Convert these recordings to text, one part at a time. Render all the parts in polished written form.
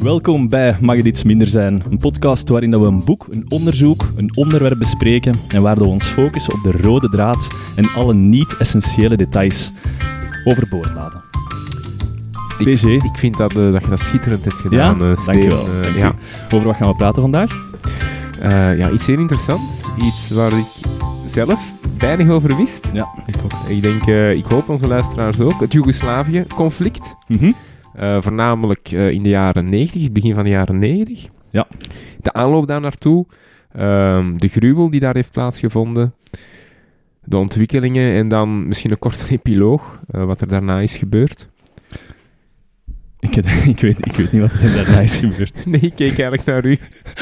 Welkom bij Mag het iets minder zijn? Een podcast waarin we een boek, een onderzoek, een onderwerp bespreken en waar we ons focussen op de rode draad en alle niet-essentiële details overboord laten. PG. Ik vind dat je dat schitterend hebt gedaan, ja? Steven. Dank je wel. Over wat gaan we praten vandaag? Iets zeer interessants. Iets waar ik zelf weinig over wist. Ja, ik ook. Ik hoop onze luisteraars ook. Het Joegoslavië-conflict. Mm-hmm. Voornamelijk in de jaren 90, begin van de jaren 90. Ja. De aanloop daar naartoe. De gruwel die daar heeft plaatsgevonden. De ontwikkelingen en dan misschien een korte epiloog. Wat er daarna is gebeurd. Ik weet niet wat er daarna is gebeurd. Nee, ik keek eigenlijk naar u.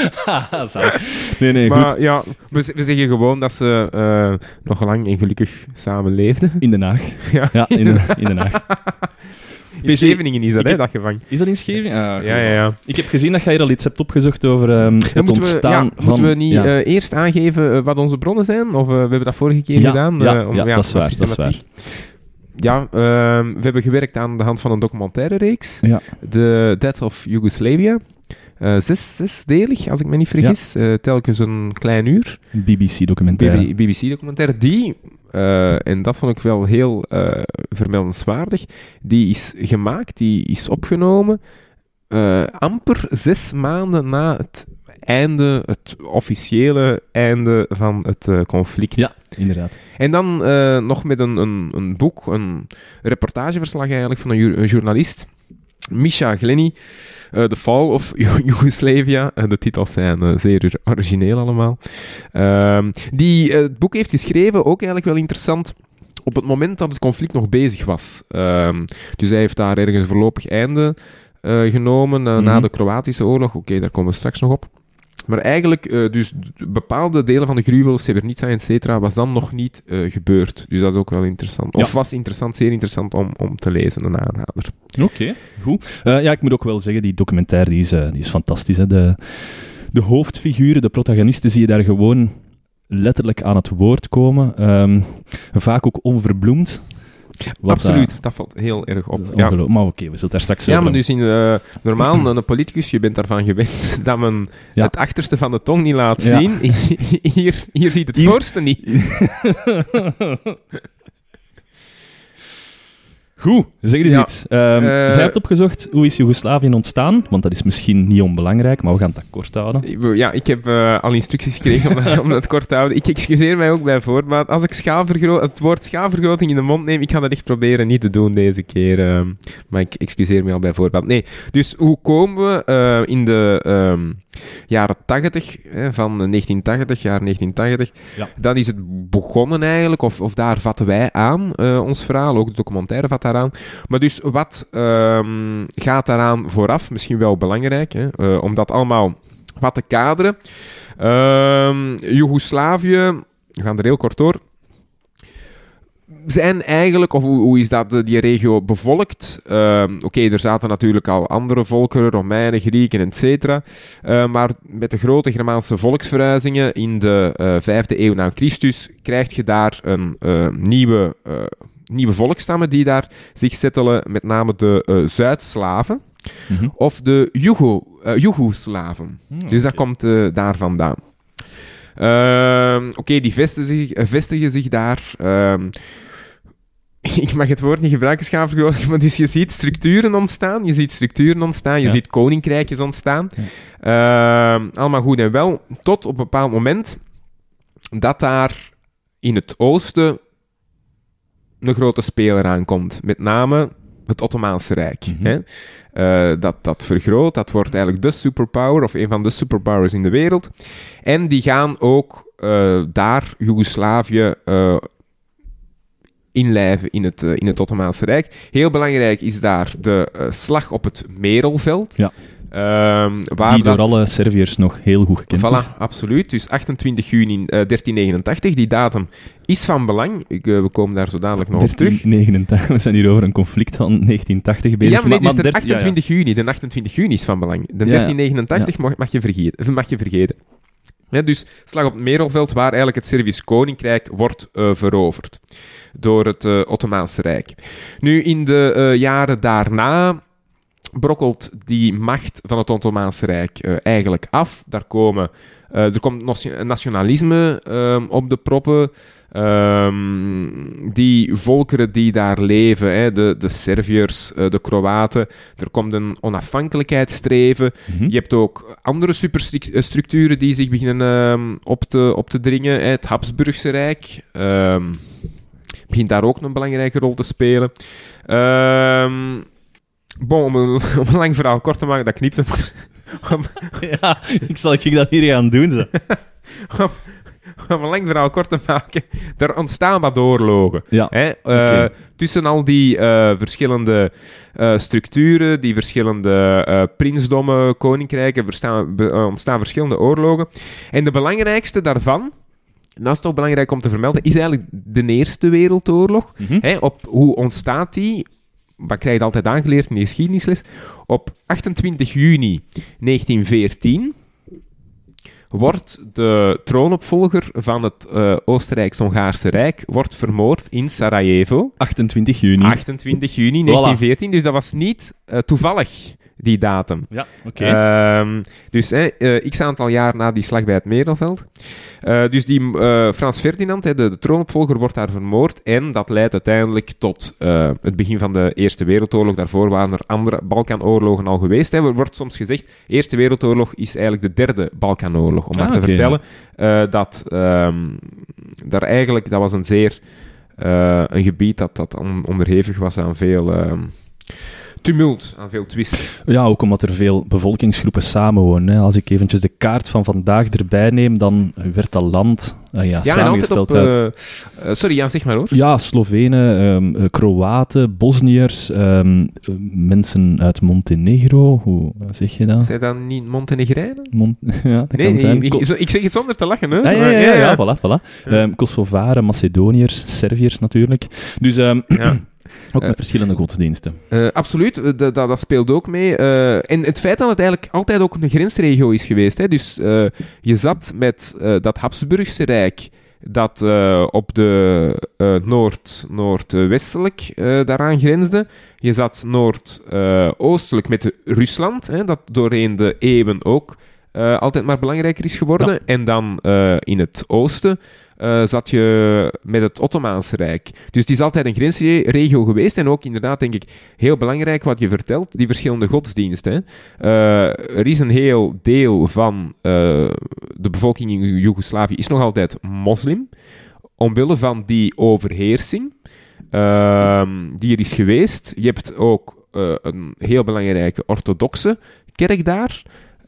Nee, maar goed. Ja, we zeggen gewoon dat ze nog lang en gelukkig samen leefden. In Den Haag. Ja, in Den Haag. In Scheveningen is dat, dat gevangen. Is dat in Scheveningen? Ja. Ik heb gezien dat jij hier al iets hebt opgezocht over het ontstaan van... Moeten we niet eerst aangeven wat onze bronnen zijn? Of we hebben dat vorige keer gedaan? Dat is waar. Ja, we hebben gewerkt aan de hand van een documentaire reeks. Ja. The Death of Yugoslavia. Zesdelig, als ik me niet vergis. Telkens een klein uur. BBC-documentaire. BBC-documentaire. Die, en dat vond ik wel heel vermeldenswaardig, die is gemaakt, die is opgenomen amper 6 maanden na het officiële einde van het conflict. Ja, inderdaad. En dan nog met een boek, een reportageverslag eigenlijk van een journalist, Misha Glenny, The Fall of Yugoslavia. De titels zijn zeer origineel allemaal. Die het boek heeft geschreven, ook eigenlijk wel interessant, op het moment dat het conflict nog bezig was. Dus hij heeft daar ergens een voorlopig einde genomen na de Kroatische oorlog. Oké, daar komen we straks nog op. Maar eigenlijk, dus bepaalde delen van de gruwel, Srebrenica, et cetera, was dan nog niet gebeurd. Dus dat is ook wel interessant. Of was interessant, zeer interessant om te lezen, een aanrader. Oké, goed. Ik moet ook wel zeggen, die documentaire die is fantastisch. Hè? De hoofdfiguren, de protagonisten, zie je daar gewoon letterlijk aan het woord komen. Vaak ook onverbloemd. Absoluut, dat valt heel erg op. Ja. Maar oké, we zullen daar straks over. Ja, maar dus normaal, een politicus, je bent daarvan gewend dat men het achterste van de tong niet laat zien. Hier ziet het voorste niet. Goed, zeg eens iets. Jij hebt opgezocht, hoe is Joegoslavië ontstaan? Want dat is misschien niet onbelangrijk, maar we gaan het kort houden. Ja, ik heb al instructies gekregen om dat kort te houden. Ik excuseer mij ook bij voorbaat. Als ik het woord schaalvergroting in de mond neem, ik ga dat echt proberen niet te doen deze keer. Maar ik excuseer me al bij voorbaat. Nee, dus hoe komen we in de jaren 80, van 1980, jaar 1980, dat is het begonnen eigenlijk, of daar vatten wij aan, ons verhaal, ook de documentaire vat daaraan. Maar dus wat gaat daaraan vooraf? Misschien wel belangrijk, om dat allemaal wat te kaderen. Joegoslavië, we gaan er heel kort door, zijn eigenlijk, of hoe is dat die regio bevolkt? Oké, er zaten natuurlijk al andere volkeren, Romeinen, Grieken, etc. Maar met de grote Germaanse volksverhuizingen in de 5e eeuw na Christus krijg je daar een nieuwe volkstammen die daar zich settelen, met name de Zuid-Slaven of de Joegoslaven. Dus dat komt daar vandaan. Die vestigen zich daar. Ik mag het woord niet gebruiken, schaalvergroting, maar dus je ziet structuren ontstaan, je ziet koninkrijkjes ontstaan. Allemaal goed en wel, tot op een bepaald moment dat daar in het oosten een grote speler aankomt. Met name het Ottomaanse Rijk. Dat vergroot, dat wordt eigenlijk de superpower, of een van de superpowers in de wereld. En die gaan ook daar Joegoslavië inlijven in het Ottomaanse Rijk. Heel belangrijk is daar de slag op het Merelveld. Ja. Die door alle Serviërs nog heel goed gekend is. Absoluut. Dus 28 juni 1389. Die datum is van belang. We komen daar zo dadelijk nog op terug. 1389. We zijn hier over een conflict van 1980 bezig. Ja, maar nee, dus de 28 juni. De 28 juni is van belang. De 1389 mag je vergeten. Ja, dus slag op het Merelveld, waar eigenlijk het Servisch Koninkrijk wordt veroverd door het Ottomaanse Rijk. Nu, in de jaren daarna brokkelt die macht van het Ottomaanse Rijk eigenlijk af. Er komt nationalisme op de proppen. Die volkeren die daar leven, hè, de Serviërs, de Kroaten, er komt een onafhankelijkheidsstreven. Mhm. Je hebt ook andere superstructuren die zich beginnen op te dringen. Hè. Het Habsburgse Rijk begint daar ook een belangrijke rol te spelen. Om een lang verhaal kort te maken, dat knipt hem. Ja, ik dat hier gaan doen. Zo. Om een lang verhaal kort te maken, er ontstaan wat oorlogen. Ja. Hè? Okay. Tussen al die verschillende structuren, die verschillende prinsdommen, koninkrijken, ontstaan verschillende oorlogen. En de belangrijkste daarvan, dat is toch belangrijk om te vermelden, is eigenlijk de Eerste Wereldoorlog. Mhm. Hè? Hoe ontstaat die? Wat krijg je altijd aangeleerd in de geschiedenisles? Op 28 juni 1914... wordt de troonopvolger van het Oostenrijks-Hongaarse Rijk wordt vermoord in Sarajevo. 28 juni. 28 juni 1914, dus dat was niet toevallig, die datum. Ja, oké. Dus x aantal jaar na die slag bij het Merelveld. Dus die Frans Ferdinand, de troonopvolger, wordt daar vermoord. En dat leidt uiteindelijk tot het begin van de Eerste Wereldoorlog. Daarvoor waren er andere Balkanoorlogen al geweest. Er wordt soms gezegd, Eerste Wereldoorlog is eigenlijk de derde Balkanoorlog. Om maar te vertellen dat daar eigenlijk, dat was een zeer een gebied dat onderhevig was aan veel tumult, aan veel twist. Ja, ook omdat er veel bevolkingsgroepen samenwonen. Hè. Als ik eventjes de kaart van vandaag erbij neem, dan werd dat land samengesteld uit... sorry, zeg maar hoor. Ja, Slovenen, Kroaten, Bosniërs, mensen uit Montenegro. Hoe zeg je dat? Zijn dat niet Montenegrijnen? Ja, dat kan zijn. Ik zeg het zonder te lachen, hè? Ja, voilà. Ja. Kosovaren, Macedoniërs, Serviërs natuurlijk. Dus... ook met verschillende godsdiensten. Absoluut, dat speelt ook mee. En het feit dat het eigenlijk altijd ook een grensregio is geweest. Hè? Dus je zat met dat Habsburgse Rijk dat op de noordwestelijk daaraan grensde. Je zat noordoostelijk met Rusland, dat doorheen de eeuwen ook altijd maar belangrijker is geworden. Ja. En dan in het oosten zat je met het Ottomaanse Rijk. Dus het is altijd een grensregio geweest en ook inderdaad, denk ik, heel belangrijk wat je vertelt, die verschillende godsdiensten. Er is een heel deel van de bevolking in Joegoslavië is nog altijd moslim, omwille van die overheersing die er is geweest. Je hebt ook een heel belangrijke orthodoxe kerk daar.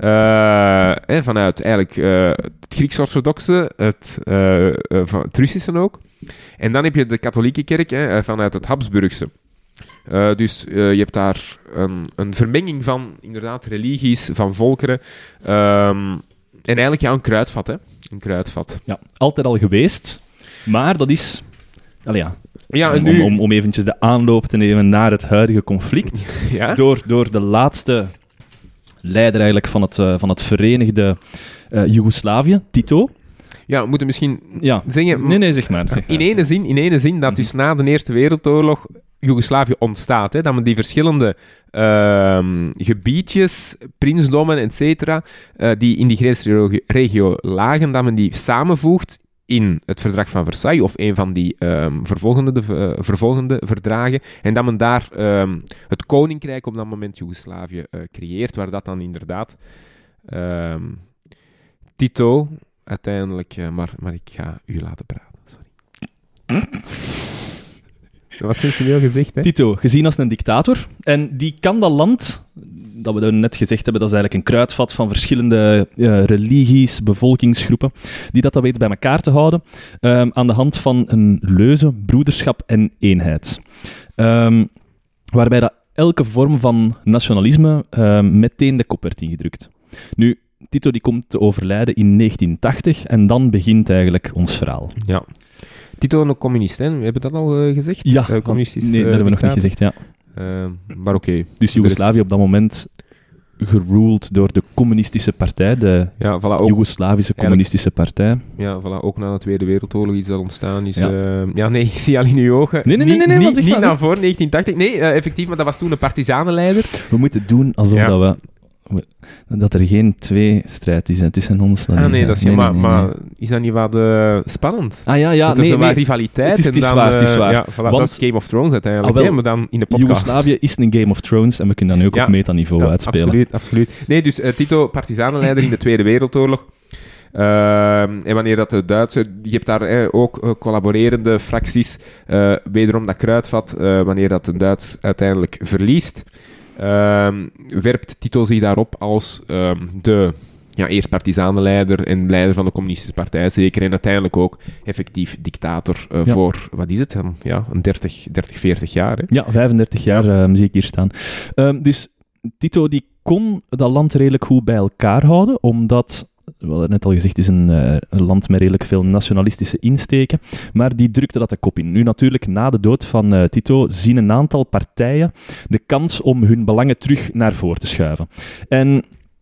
Vanuit eigenlijk het Grieks-orthodoxe, het Russische ook. En dan heb je de katholieke kerk vanuit het Habsburgse. Dus je hebt daar een vermenging van inderdaad religies, van volkeren. En eigenlijk een kruidvat. Een kruidvat. Ja, altijd al geweest. Maar dat is... nu... om eventjes de aanloop te nemen naar het huidige conflict. Ja? Door de laatste... leider eigenlijk van het verenigde Joegoslavië, Tito. Ja, we moeten misschien zeggen... Nee, zeg maar. In ene zin dat dus na de Eerste Wereldoorlog Joegoslavië ontstaat. Hè, dat men die verschillende gebiedjes, prinsdommen, et cetera, die in die grensregio lagen, dat men die samenvoegt in het verdrag van Versailles, of een van die vervolgende verdragen, en dat men daar het koninkrijk op dat moment Joegoslavië creëert, waar dat dan inderdaad Tito uiteindelijk... Maar ik ga u laten praten, sorry. Dat was sensueel gezegd, hè? Tito, gezien als een dictator, en die kan dat land... dat we net gezegd hebben, dat is eigenlijk een kruidvat van verschillende religies, bevolkingsgroepen, die dat weet bij elkaar te houden, aan de hand van een leuze, broederschap en eenheid. Waarbij dat elke vorm van nationalisme meteen de kop werd ingedrukt. Nu, Tito die komt te overlijden in 1980 en dan begint eigenlijk ons verhaal. Ja. Tito een communist, hè? We hebben dat al gezegd? Ja, communistisch, nee, dat hebben we nog niet gezegd, ja. Maar oké. Dus Joegoslavië op dat moment geruled door de communistische partij, de Ja, voilà, ook, Joegoslavische communistische partij. ja, voilà, ook na de Tweede Wereldoorlog iets dat ontstaan is. Ja. Nee, ik zie al in uw ogen. Nee, want ik Niet ga- naar voor 1980. Nee, effectief, maar dat was toen een partizanenleider. We moeten doen alsof Ja. dat er geen tweestrijd is hè, tussen ons. Nee, dat is maar is dat niet wat spannend? Ah ja, Dat is wel rivaliteit. Het is en dan, waar, het is waar. Ja, voilà, Want- dat is Game of Thrones uiteindelijk, Ah, wel, maar dan in de podcast. Joegoslavië is een Game of Thrones en we kunnen dat nu ook Ja. op metaniveau Ja, uitspelen. absoluut. Nee, dus Tito, partizanenleider in de Tweede Wereldoorlog. En wanneer dat de Duitsers... Je hebt daar ook collaborerende fracties. Wederom dat kruidvat, wanneer dat een Duits uiteindelijk verliest, werpt Tito zich daarop als de eerst partizanenleider en leider van de communistische partij, zeker. En uiteindelijk ook effectief dictator voor, wat is het dan? Ja, een 30, 40 jaar. Hè? Ja, 35 jaar zie ik hier staan. Dus Tito die kon dat land redelijk goed bij elkaar houden, omdat... We hadden net al gezegd, het is een land met redelijk veel nationalistische insteken, maar die drukte dat de kop in. Nu natuurlijk, na de dood van Tito, zien een aantal partijen de kans om hun belangen terug naar voren te schuiven. En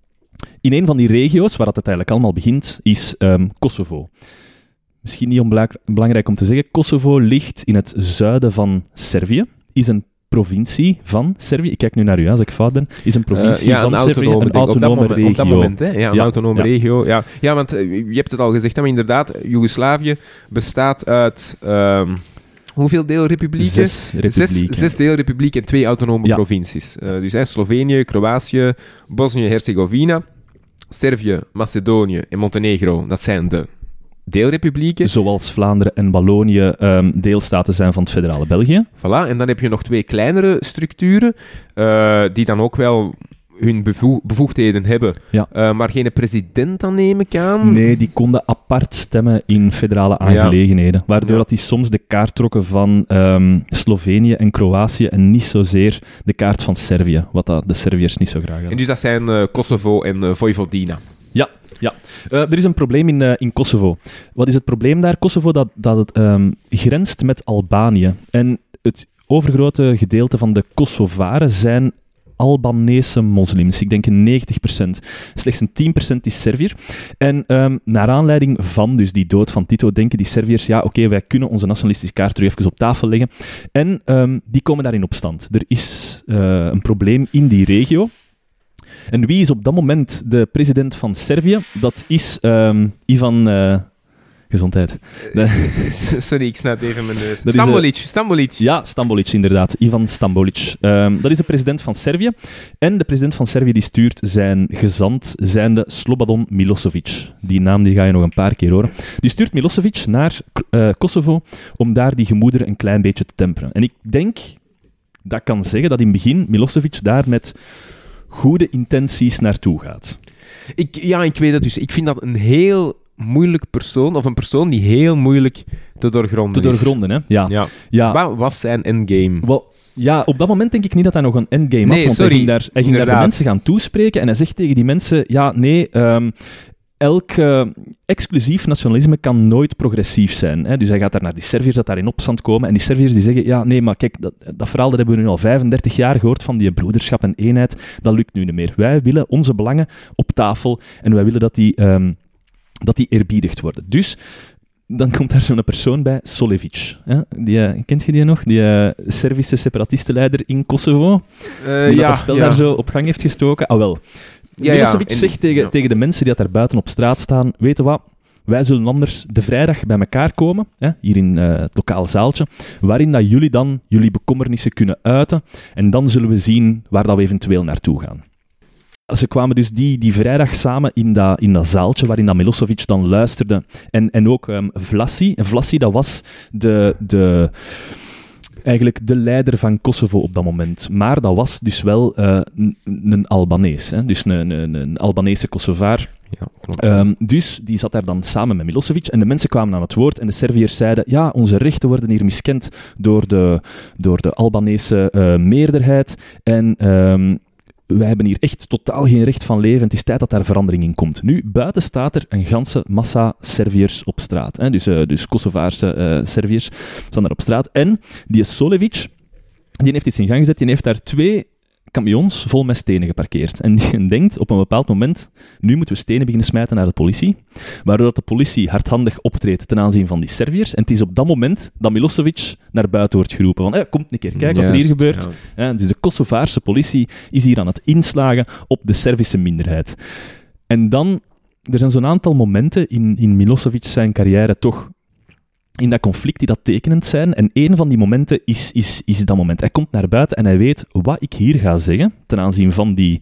in een van die regio's, waar dat uiteindelijk allemaal begint, is Kosovo. Misschien niet onbelangrijk om te zeggen, Kosovo ligt in het zuiden van Servië, is een provincie van Servië. Ik kijk nu naar u als ik fout ben. Is een provincie van Servië, een autonome regio. Op dat moment, hè? Ja, een autonome ja. regio. Ja, want je hebt het al gezegd, maar inderdaad, Joegoslavië bestaat uit... hoeveel deelrepublieken? 6 republieken. 6 deelrepublieken en 2 autonome Ja. provincies. Dus Slovenië, Kroatië, Bosnië-Herzegovina, Servië, Macedonië en Montenegro. Dat zijn de deelrepublieken. Zoals Vlaanderen en Wallonië deelstaten zijn van het federale België. Voilà, en dan heb je nog 2 kleinere structuren, die dan ook wel hun bevoegdheden hebben, maar geen president dan neem ik aan. Nee, die konden apart stemmen in federale aangelegenheden, waardoor dat die soms de kaart trokken van Slovenië en Kroatië en niet zozeer de kaart van Servië, wat dat de Serviërs niet zo graag hadden. En dus dat zijn Kosovo en Vojvodina. Ja. Er is een probleem in Kosovo. Wat is het probleem daar? Kosovo dat het grenst met Albanië. En het overgrote gedeelte van de Kosovaren zijn Albanese moslims. Ik denk 90%. Slechts een 10% is Serviër. En naar aanleiding van dus die dood van Tito denken die Serviërs, oké, wij kunnen onze nationalistische kaart terug even op tafel leggen. En die komen daar in opstand. Er is een probleem in die regio. En wie is op dat moment de president van Servië? Dat is Ivan... gezondheid. Sorry, ik snuit even mijn neus. Dat Stambolic. Ja, Stambolic, inderdaad. Ivan Stambolic. Dat is de president van Servië. En de president van Servië die stuurt zijn gezant, zijnde Slobodan Milosevic. Die naam die ga je nog een paar keer horen. Die stuurt Milosevic naar Kosovo om daar die gemoederen een klein beetje te temperen. En ik denk, dat kan zeggen, dat in het begin Milosevic daar met goede intenties naartoe gaat. Ik weet het dus. Ik vind dat een heel moeilijk persoon, of een persoon die heel moeilijk te doorgronden is. Hè? Ja. Wat was zijn endgame? Ja, op dat moment denk ik niet dat hij nog een endgame had, want hij ging daar de mensen gaan toespreken en hij zegt tegen die mensen, elk exclusief nationalisme kan nooit progressief zijn. Hè? Dus hij gaat daar naar die Serviërs dat daar in opstand komen. En die Serviërs die zeggen, maar kijk, dat verhaal dat hebben we nu al 35 jaar gehoord van die broederschap en eenheid. Dat lukt nu niet meer. Wij willen onze belangen op tafel en wij willen dat die eerbiedigd worden. Dus dan komt daar zo'n persoon bij, Solevic. Kent je die nog? Die Servische separatistenleider in Kosovo? Die dat spel daar zo op gang heeft gestoken. Wel. Milosevic zegt tegen de mensen die daar buiten op straat staan, weet je wat, wij zullen anders de vrijdag bij elkaar komen, hier in het lokaal zaaltje, waarin dat jullie dan jullie bekommernissen kunnen uiten en dan zullen we zien waar dat we eventueel naartoe gaan. Ze kwamen dus die vrijdag samen in dat zaaltje waarin dat Milosevic dan luisterde. En ook Vlassi. En Vlassi, dat was eigenlijk de leider van Kosovo op dat moment. Maar dat was dus wel een Albanees. Hè? Dus een Albanese Kosovaar. Ja, klopt. Dus die zat daar dan samen met Milosevic en de mensen kwamen aan het woord en de Serviërs zeiden, onze rechten worden hier miskend door de Albanese meerderheid en... wij hebben hier echt totaal geen recht van leven. Het is tijd dat daar verandering in komt. Nu, buiten staat er een ganse massa Serviërs op straat. Hè? Dus Kosovaarse Serviërs staan daar op straat. En die Solevic, die heeft iets in gang gezet. Die heeft daar 2 camions vol met stenen geparkeerd. En die denkt op een bepaald moment, nu moeten we stenen beginnen smijten naar de politie, waardoor de politie hardhandig optreedt ten aanzien van die Serviërs. En het is op dat moment dat Milosevic naar buiten wordt geroepen van, kom een keer, kijk wat er hier gebeurt. Ja. Dus de Kosovaarse politie is hier aan het inslagen op de Servische minderheid. En dan, er zijn zo'n aantal momenten in Milosevic zijn carrière toch in dat conflict die dat tekenend zijn. En een van die momenten is dat moment. Hij komt naar buiten en hij weet wat ik hier ga zeggen ten aanzien van die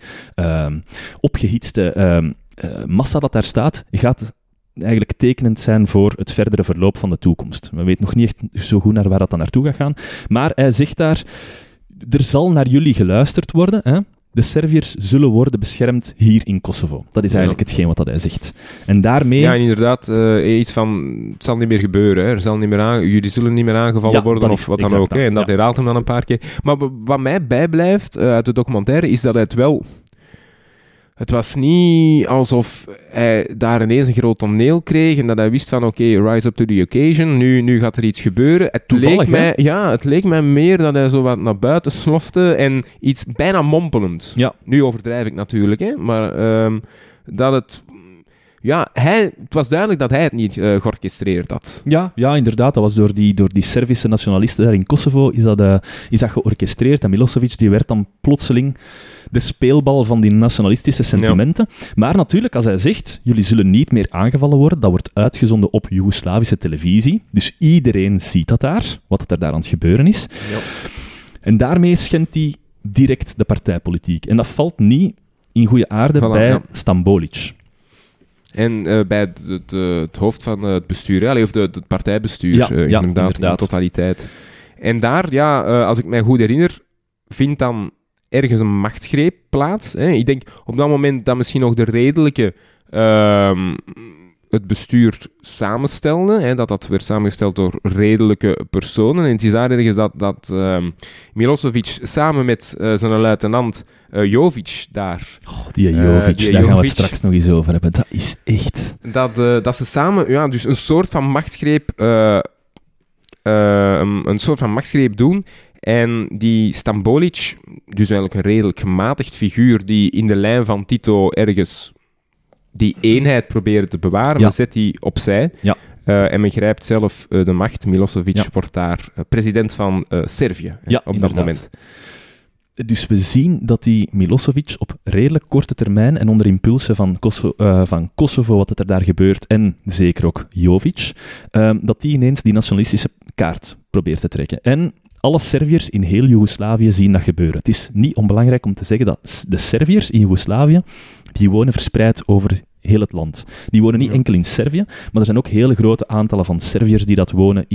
opgehitste massa dat daar staat, gaat eigenlijk tekenend zijn voor het verdere verloop van de toekomst. We weten nog niet echt zo goed naar waar dat dan naartoe gaat gaan. Maar hij zegt daar, er zal naar jullie geluisterd worden, hè? De Serviërs zullen worden beschermd hier in Kosovo. Dat is eigenlijk hetgeen wat dat hij zegt. En daarmee... Ja, en inderdaad, iets van, het zal niet meer gebeuren. Hè. Er zal niet meer jullie zullen niet meer aangevallen worden of wat dan ook. Hè. En dat herhaalt hem dan een paar keer. Maar wat mij bijblijft uit de documentaire, is dat hij het wel... Het was niet alsof hij daar ineens een groot toneel kreeg en dat hij wist van oké, rise up to the occasion, nu gaat er iets gebeuren. Het leek mij meer dat hij zo wat naar buiten slofte en iets bijna mompelend. Ja. Nu overdrijf ik natuurlijk, hè, maar dat het... Ja, het was duidelijk dat hij het niet georchestreerd had. Ja, inderdaad. Dat was door die Servische nationalisten daar in Kosovo is dat georchestreerd. En Milosevic die werd dan plotseling de speelbal van die nationalistische sentimenten. Ja. Maar natuurlijk, als hij zegt, jullie zullen niet meer aangevallen worden, dat wordt uitgezonden op Joegoslavische televisie. Dus iedereen ziet dat daar, wat er daar aan het gebeuren is. Ja. En daarmee schendt hij direct de partijpolitiek. En dat valt niet in goede aarde bij Stambolic. En bij het hoofd van het bestuur, of het partijbestuur, inderdaad, in totaliteit. En daar, als ik mij goed herinner, vindt dan ergens een machtsgreep plaats. Hè. Ik denk op dat moment dat misschien nog de redelijke het bestuur samenstelde. Hè, dat werd samengesteld door redelijke personen. En het is daar ergens dat Milosevic samen met zijn luitenant Jovic daar... Die Jovic, daar gaan we het straks nog eens over hebben. Dat is echt... Dat ze samen dus een soort van machtsgreep doen. En die Stambolic, dus eigenlijk een redelijk gematigd figuur die in de lijn van Tito ergens die eenheid probeerde te bewaren, maar zet die opzij. Ja. En men grijpt zelf de macht. Milosevic wordt daar president van Servië op dat moment. Dus we zien dat die Milosevic op redelijk korte termijn en onder impulsen van Kosovo, wat er daar gebeurt, en zeker ook Jovic, dat die ineens die nationalistische kaart probeert te trekken. En alle Serviërs in heel Joegoslavië zien dat gebeuren. Het is niet onbelangrijk om te zeggen dat de Serviërs in Joegoslavië, die wonen verspreid over heel het land. Die wonen niet enkel in Servië, maar er zijn ook hele grote aantallen van Serviërs die dat wonen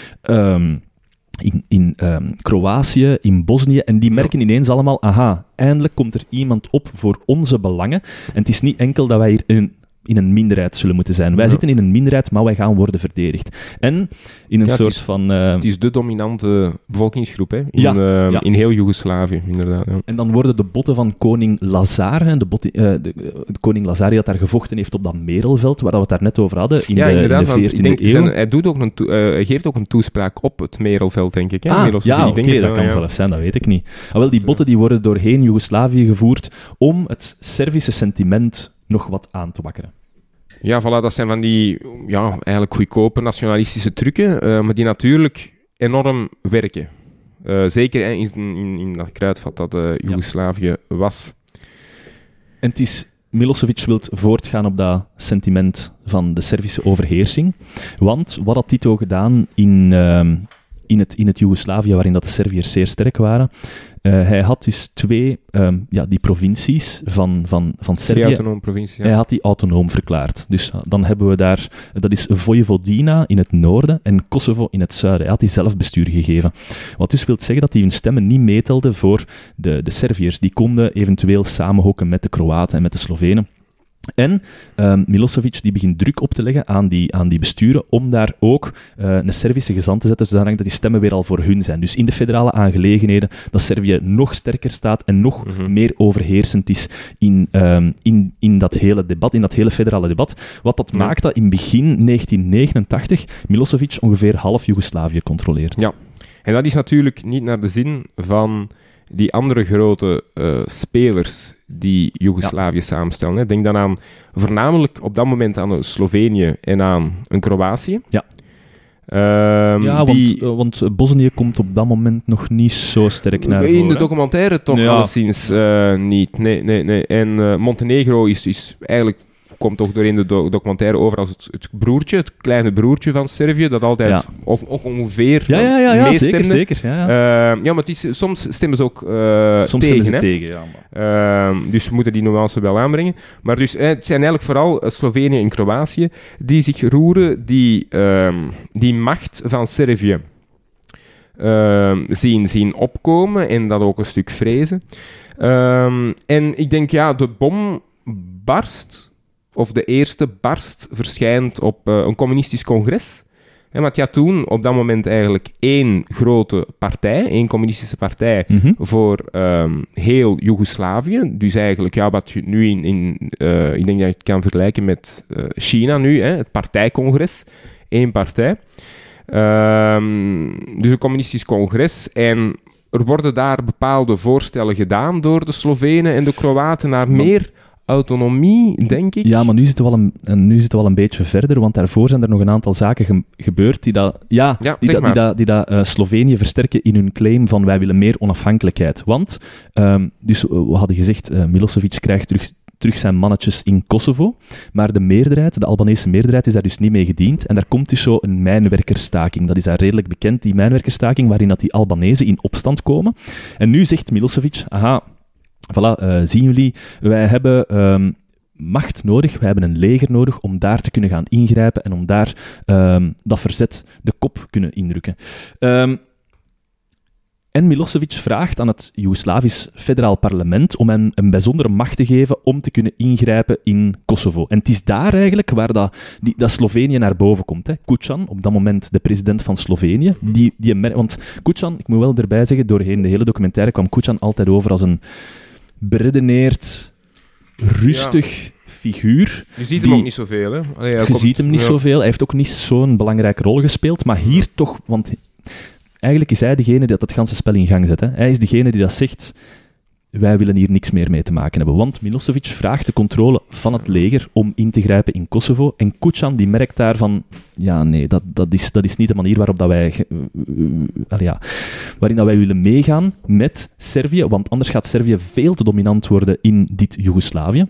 in Kroatië, in Bosnië, en die merken ineens allemaal, eindelijk komt er iemand op voor onze belangen. En het is niet enkel dat wij hier in een minderheid zullen moeten zijn. Wij zitten in een minderheid, maar wij gaan worden verdedigd. En in een soort van... Het is de dominante bevolkingsgroep, hè? In heel Joegoslavië, inderdaad. Ja. En dan worden de botten van koning Lazar, de koning Lazar die dat daar gevochten heeft op dat Merelveld, waar we het daar net over hadden, in de 14e eeuw. Hij geeft ook een toespraak op het Merelveld, denk ik. Hè? Dat kan zelfs zijn, dat weet ik niet. Die botten die worden doorheen Joegoslavië gevoerd om het Servische sentiment nog wat aan te wakkeren. Ja, voilà, dat zijn van die eigenlijk goedkope nationalistische trucken, maar die natuurlijk enorm werken. Zeker in dat kruidvat dat Joegoslavië was. En het is... Milosevic wil voortgaan op dat sentiment van de Servische overheersing. Want wat had Tito gedaan in het Joegoslavië, waarin dat de Serviërs zeer sterk waren? Hij had dus twee die provincies van Servië. Die autonome provincies, ja. Hij had die autonoom verklaard. Dus dan hebben we daar... Dat is Vojvodina in het noorden en Kosovo in het zuiden. Hij had die zelfbestuur gegeven. Wat dus wil zeggen dat die hun stemmen niet meetelden voor de Serviërs. Die konden eventueel samenhokken met de Kroaten en met de Slovenen. En Milosevic die begint druk op te leggen aan die besturen om daar ook een Servische gezant te zetten, zodat die stemmen weer al voor hun zijn. Dus in de federale aangelegenheden dat Servië nog sterker staat en nog meer overheersend is in dat hele debat, in dat hele federale debat. Wat dat maakt dat in begin 1989 Milosevic ongeveer half Joegoslavië controleert. Ja, en dat is natuurlijk niet naar de zin van die andere grote spelers die Joegoslavië samenstellen. Hè. Denk dan aan voornamelijk op dat moment aan Slovenië en aan een Kroatië. Ja. Want Bosnië komt op dat moment nog niet zo sterk naar voren. In de documentaire toch alleszins niet. Nee. En Montenegro is eigenlijk... komt toch door in de documentaire over als het kleine broertje van Servië, dat altijd of ongeveer meestemde. Zeker. Ja, maar het is, soms stemmen ze ook soms tegen. Stemmen ze tegen, ja. Dus we moeten die nuance wel aanbrengen. Maar dus, het zijn eigenlijk vooral Slovenië en Kroatië die zich roeren, die macht van Servië zien opkomen en dat ook een stuk vrezen. En ik denk, de bom barst... of de eerste barst verschijnt op een communistisch congres. Maar het had toen op dat moment eigenlijk één grote partij, één communistische partij voor heel Joegoslavië. Dus eigenlijk wat je nu ik denk dat je het kan vergelijken met China nu, het partijcongres. Eén partij. Dus een communistisch congres. En er worden daar bepaalde voorstellen gedaan door de Slovenen en de Kroaten naar meer... autonomie, denk ik. Ja, maar nu zitten we wel een beetje verder, want daarvoor zijn er nog een aantal zaken gebeurd die Slovenië versterken in hun claim van wij willen meer onafhankelijkheid. Want, dus we hadden gezegd, Milosevic krijgt terug zijn mannetjes in Kosovo, maar de Albanese meerderheid is daar dus niet mee gediend en daar komt dus zo een mijnwerkerstaking. Dat is daar redelijk bekend, die mijnwerkerstaking, waarin dat die Albanezen in opstand komen. En nu zegt Milosevic, voilà, zien jullie, wij hebben macht nodig, wij hebben een leger nodig om daar te kunnen gaan ingrijpen en om daar dat verzet de kop kunnen indrukken. En Milosevic vraagt aan het Joegoslavisch federaal parlement om hem een bijzondere macht te geven om te kunnen ingrijpen in Kosovo. En het is daar eigenlijk waar dat Slovenië naar boven komt. Hè. Kucan, op dat moment de president van Slovenië, want Kucan, ik moet wel erbij zeggen, doorheen de hele documentaire kwam Kucan altijd over als een beredeneerd, rustig figuur. Je ziet hem ook niet zoveel, hè? Je ziet hem niet zoveel. Hij heeft ook niet zo'n belangrijke rol gespeeld, maar hier toch... Want eigenlijk is hij degene die dat ganse spel in gang zet. Hè. Hij is degene die dat zegt... Wij willen hier niks meer mee te maken hebben. Want Milosevic vraagt de controle van het leger om in te grijpen in Kosovo. En Kucan die merkt daarvan... Ja, nee, dat is niet de manier waarop dat wij... waarin dat wij willen meegaan met Servië. Want anders gaat Servië veel te dominant worden in dit Joegoslavië.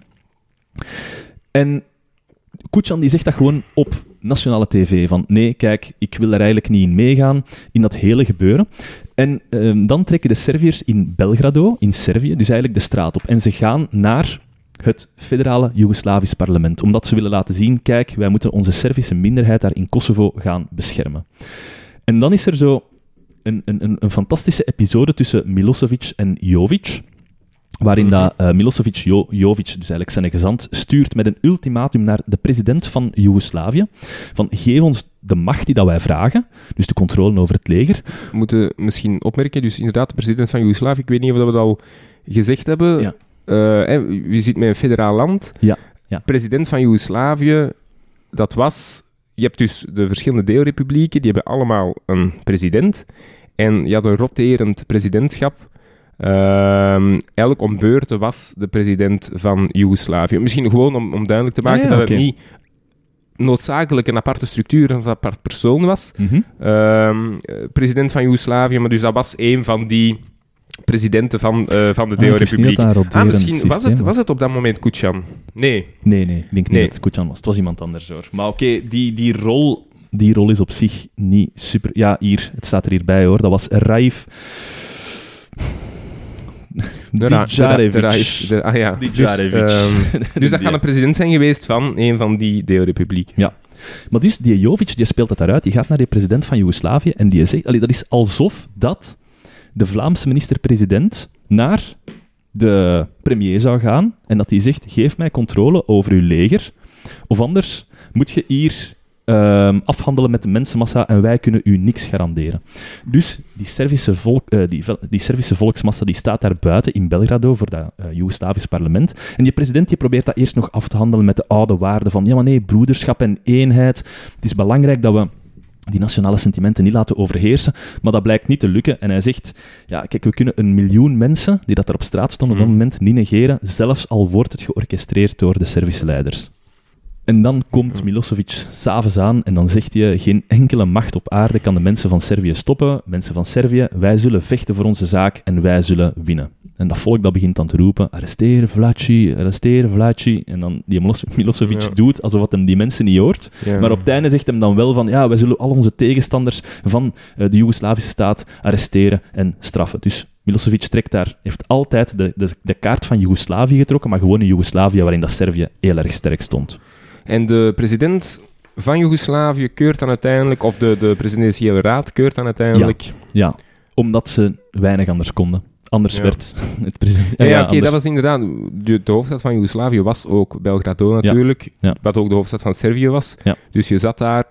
En Kucan die zegt dat gewoon op nationale tv. Van nee, kijk, ik wil er eigenlijk niet in meegaan, in dat hele gebeuren. En dan trekken de Serviërs in Belgrado, in Servië, dus eigenlijk de straat op. En ze gaan naar het federale Joegoslavisch parlement, omdat ze willen laten zien, kijk, wij moeten onze Servische minderheid daar in Kosovo gaan beschermen. En dan is er zo een fantastische episode tussen Milosevic en Jovic, waarin Milosevic Jovic, dus eigenlijk zijn gezant, stuurt met een ultimatum naar de president van Joegoslavië, van geef ons de macht die dat wij vragen, dus de controle over het leger. We moeten misschien opmerken, dus inderdaad de president van Joegoslavië, ik weet niet of we dat al gezegd hebben, je zit met een federaal land, president van Joegoslavië, dat was, je hebt dus de verschillende deelrepublieken, die hebben allemaal een president, en je had een roterend presidentschap. Eigenlijk om beurten was de president van Joegoslavië. Misschien gewoon om duidelijk te maken dat het niet noodzakelijk een aparte structuur of een apart persoon was. President van Joegoslavië, maar dus dat was een van die presidenten van de deelrepubliek. Misschien was het op dat moment Kucan? Nee. Nee, ik denk niet dat het Kucan was. Het was iemand anders, hoor. Maar oké, die rol is op zich niet super... Ja, het staat er hierbij, hoor. Dat was Raif... Djadjevic. Dus dat gaat een president zijn geweest van een van die deelrepublieken. Ja. Maar dus die Jovic, die speelt dat daaruit. Die gaat naar de president van Joegoslavië en die zegt... dat is alsof dat de Vlaamse minister-president naar de premier zou gaan en dat hij zegt, geef mij controle over uw leger, of anders moet je hier... afhandelen met de mensenmassa en wij kunnen u niks garanderen. Dus die Servische volksmassa die staat daar buiten in Belgrado voor dat Joegoslavisch parlement. En die president die probeert dat eerst nog af te handelen met de oude waarden van ja, maar nee, broederschap en eenheid. Het is belangrijk dat we die nationale sentimenten niet laten overheersen, maar dat blijkt niet te lukken. En hij zegt, ja, kijk, we kunnen 1 miljoen mensen die dat er op straat stonden op dat moment niet negeren, zelfs al wordt het georchestreerd door de Servische leiders. En dan komt Milosevic 's avonds aan en dan zegt hij, geen enkele macht op aarde kan de mensen van Servië stoppen. Mensen van Servië, wij zullen vechten voor onze zaak en wij zullen winnen. En dat volk dat begint dan te roepen, arresteren Vlachi. En dan die Milosevic doet alsof het hem die mensen niet hoort. Ja. Maar op het einde zegt hem dan wel van, ja, wij zullen al onze tegenstanders van de Joegoslavische staat arresteren en straffen. Dus Milosevic heeft altijd de kaart van Joegoslavië getrokken, maar gewoon een Joegoslavië waarin dat Servië heel erg sterk stond. En de president van Joegoslavië keurt dan uiteindelijk, of de presidentiële raad keurt dan uiteindelijk... Ja, omdat ze weinig anders konden. Anders werd het president... Oké, dat was inderdaad... De hoofdstad van Joegoslavië was ook Belgrado natuurlijk, wat ook de hoofdstad van Servië was. Ja. Dus je zat daar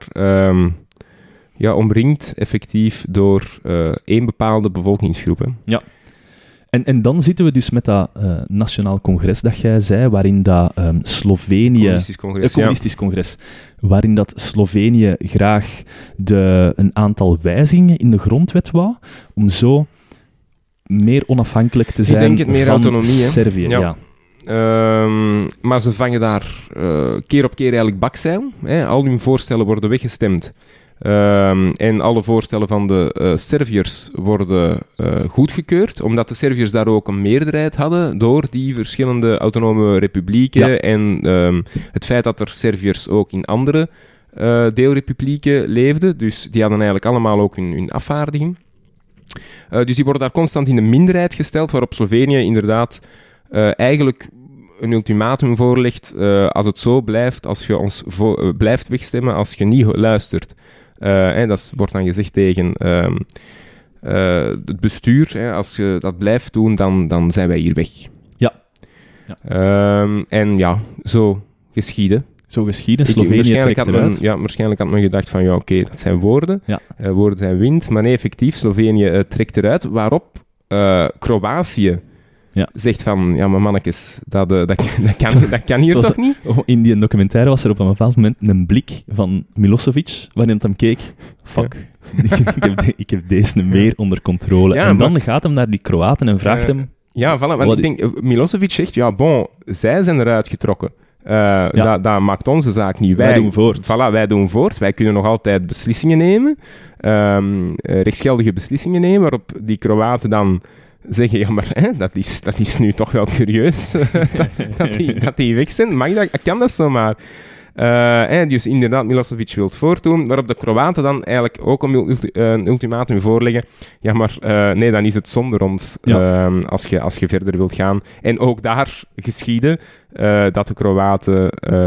omringd effectief door één bepaalde bevolkingsgroep. Hè. Ja. En dan zitten we dus met dat Nationaal Congres dat jij zei, waarin dat Slovenië... Communistisch congres. Waarin dat Slovenië graag een aantal wijzigingen in de grondwet wou, om zo meer onafhankelijk te zijn meer van autonomie, Servië. Ja. Maar ze vangen daar keer op keer eigenlijk bakzeil. Al hun voorstellen worden weggestemd. En alle voorstellen van de Serviërs worden goedgekeurd, omdat de Serviërs daar ook een meerderheid hadden door die verschillende autonome republieken en het feit dat er Serviërs ook in andere deelrepublieken leefden. Dus die hadden eigenlijk allemaal ook hun afvaardiging. Dus die worden daar constant in de minderheid gesteld, waarop Slovenië inderdaad eigenlijk een ultimatum voorlegt. Als het zo blijft, als je ons blijft wegstemmen, als je niet luistert. Dat wordt dan gezegd tegen het bestuur. Als je dat blijft doen, dan zijn wij hier weg. Ja. En ja, zo geschieden. Zo geschieden. Slovenië trekt eruit. Waarschijnlijk had men gedacht van, oké, dat zijn woorden. Ja. Woorden zijn wind. Maar nee, effectief, Slovenië trekt eruit. Waarop Kroatië zegt van, ja, maar mannetjes, dat kan hier toch niet? In die documentaire was er op een bepaald moment een blik van Milosevic, waarin het hem keek, fuck, ik heb deze meer onder controle. Ja, en dan gaat hem naar die Kroaten en vraagt hem... Ja, voilà, want ik denk, Milosevic zegt, zij zijn eruit getrokken. Dat maakt onze zaak niet. Wij doen voort. Voilà, wij doen voort. Wij kunnen nog altijd beslissingen nemen, rechtsgeldige beslissingen nemen, waarop die Kroaten dan zeggen, ja, maar dat is nu toch wel curieus dat die weg zijn. Mag dat? Kan dat zomaar? Dus inderdaad, Milosevic wil het voortdoen, waarop de Kroaten dan eigenlijk ook een ultimatum voorleggen. Ja, maar nee, dan is het zonder ons als je verder wilt gaan. En ook daar geschiedde dat de Kroaten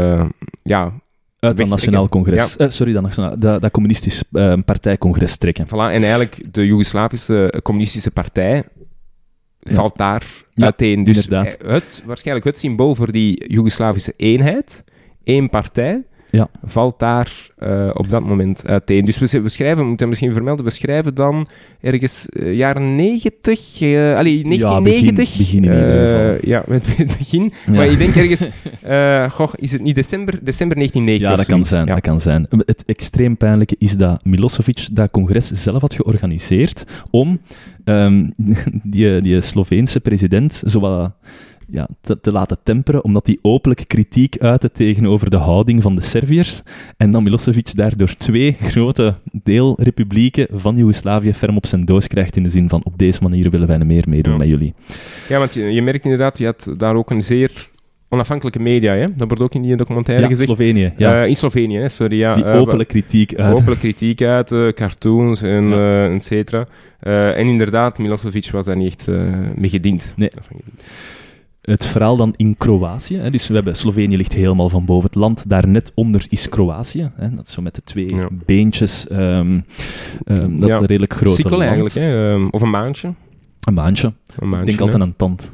uit het Nationaal Congres. Dat communistisch partijcongres trekken. Voilà, en eigenlijk de Joegoslavische communistische partij valt daar uiteen. Dus waarschijnlijk het symbool voor die Joegoslavische eenheid, één partij, valt daar op dat moment uiteen. Dus we schrijven, moeten misschien vermelden, we schrijven dan ergens jaren 90, 1990. Begin in ieder geval. Met het begin. Ja. Maar ik denk ergens, is het niet december 1990? Ja, dat kan zijn. Het extreem pijnlijke is dat Milosevic dat congres zelf had georganiseerd om die Sloveense president zowat te laten temperen, omdat hij openlijk kritiek uitte tegenover de houding van de Serviërs. En dan Milosevic daardoor 2 grote deelrepublieken van Joegoslavië ferm op zijn doos krijgt in de zin van, op deze manier willen wij meer meedoen met jullie. Ja, want je merkt inderdaad, je had daar ook een zeer onafhankelijke media, hè? Dat wordt ook in die documentaire gezegd. Slovenië, in Slovenië, hè? Sorry. Ja, die openlijk kritiek uit. Cartoons en et cetera. En inderdaad, Milosevic was daar niet echt mee gediend. Nee. Het verhaal dan in Kroatië. Hè, dus Slovenië ligt helemaal van boven het land. Daar net onder is Kroatië. Hè, dat is zo met de 2 beentjes. Dat redelijk grote Sikkel land. Eigenlijk, hè? Of een maandje. Een maandje. Ik denk altijd aan een tand.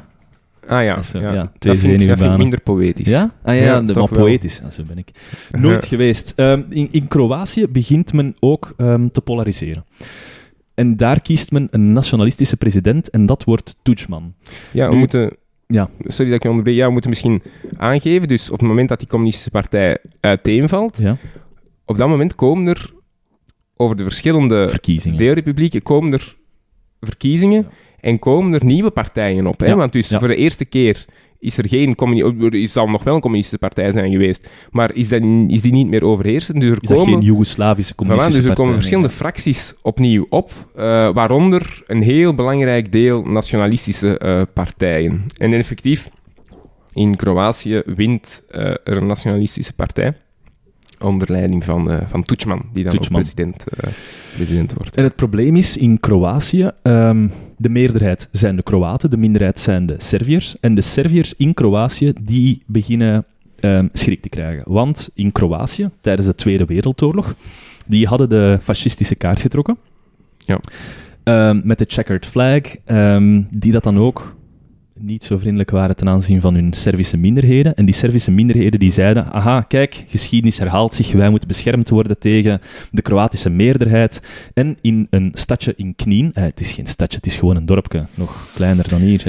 Dat vind ik minder poëtisch. Ja? Maar poëtisch. Zo ben ik. Nooit geweest. In Kroatië begint men ook te polariseren. En daar kiest men een nationalistische president en dat wordt Tudjman. Ja, we moeten... Ja. Sorry dat ik je onderbreek. Ja, we moeten misschien aangeven, dus op het moment dat die communistische partij uiteenvalt, op dat moment komen er over de verschillende deelrepublieken komen er verkiezingen en komen er nieuwe partijen op. Hè? Ja. Want dus voor de eerste keer is er er zal nog wel een communistische partij zijn geweest, maar is die niet meer overheersend. Dus is dat geen Joegoslavische communistische dus er partij? komen verschillende fracties opnieuw op, waaronder een heel belangrijk deel nationalistische partijen. En effectief, in Kroatië wint er een nationalistische partij, onder leiding van Tudjman, die dan ook president wordt. En het probleem is, in Kroatië, de meerderheid zijn de Kroaten, de minderheid zijn de Serviërs. En de Serviërs in Kroatië, die beginnen schrik te krijgen. Want in Kroatië, tijdens de Tweede Wereldoorlog, die hadden de fascistische kaart getrokken. Ja. Met de checkered flag, die dat dan ook niet zo vriendelijk waren ten aanzien van hun Servische minderheden. En die Servische minderheden die zeiden, aha, kijk, geschiedenis herhaalt zich, wij moeten beschermd worden tegen de Kroatische meerderheid. En in een stadje in Knin, het is geen stadje, het is gewoon een dorpje, nog kleiner dan hier.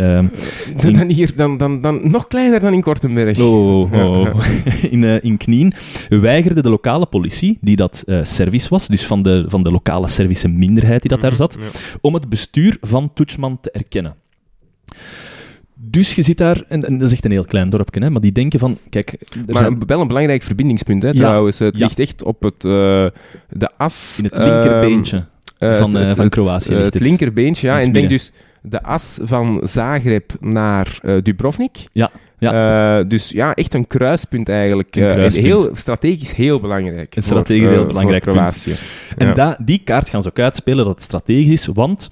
Dan nog kleiner dan in Kortenberg. In Knin weigerde de lokale politie, die dat Servisch was, dus van de lokale Servische minderheid die dat daar zat, om het bestuur van Tudjman te erkennen. Dus je zit daar, en dat is echt een heel klein dorpje, hè, maar die denken van, kijk... wel een belangrijk verbindingspunt, hè, trouwens. Het ligt echt op de as... In het linkerbeentje van Kroatië. Het linkerbeentje, ja. En denk dus de as van Zagreb naar Dubrovnik. Ja. Dus ja, echt een kruispunt eigenlijk. Strategisch heel belangrijk. Een strategisch heel belangrijk voor Kroatië. Punt. En die kaart gaan ze ook uitspelen dat het strategisch is, want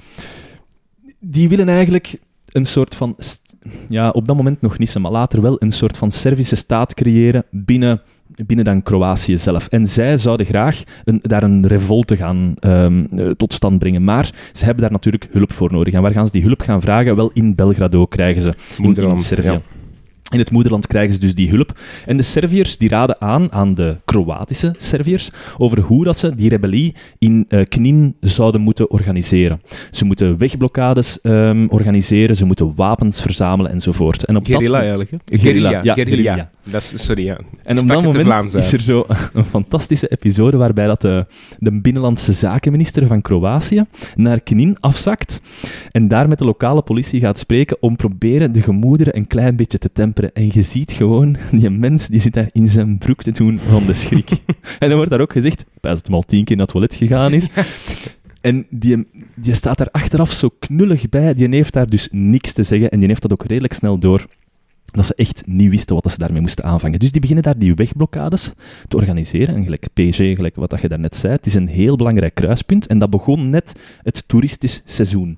die willen eigenlijk een soort van, op dat moment nog niet, maar later wel een soort van Servische staat creëren binnen dan Kroatië zelf. En zij zouden graag daar een revolte gaan tot stand brengen. Maar ze hebben daar natuurlijk hulp voor nodig. En waar gaan ze die hulp gaan vragen? Wel, in Belgrado krijgen ze. In Servië. Ja. In het moederland krijgen ze dus die hulp. En de Serviërs die raden aan de Kroatische Serviërs over hoe dat ze die rebellie in Knin zouden moeten organiseren. Ze moeten wegblokkades organiseren, ze moeten wapens verzamelen enzovoort. En op guerrilla eigenlijk, hè? Guerrilla. Dat is, sorry, ja. En op dat moment is er zo een fantastische episode waarbij dat de binnenlandse zakenminister van Kroatië naar Knin afzakt en daar met de lokale politie gaat spreken om proberen de gemoederen een klein beetje te temperen. En je ziet gewoon, die mens die zit daar in zijn broek te doen van de schrik. En dan wordt daar ook gezegd, ik pijs dat hem al 10 keer naar het toilet gegaan is. Yes. En die staat daar achteraf zo knullig bij. Die heeft daar dus niks te zeggen en die heeft dat ook redelijk snel door. Dat ze echt niet wisten wat ze daarmee moesten aanvangen. Dus die beginnen daar die wegblokkades te organiseren. En gelijk PG, gelijk wat je daarnet zei. Het is een heel belangrijk kruispunt. En dat begon net het toeristisch seizoen.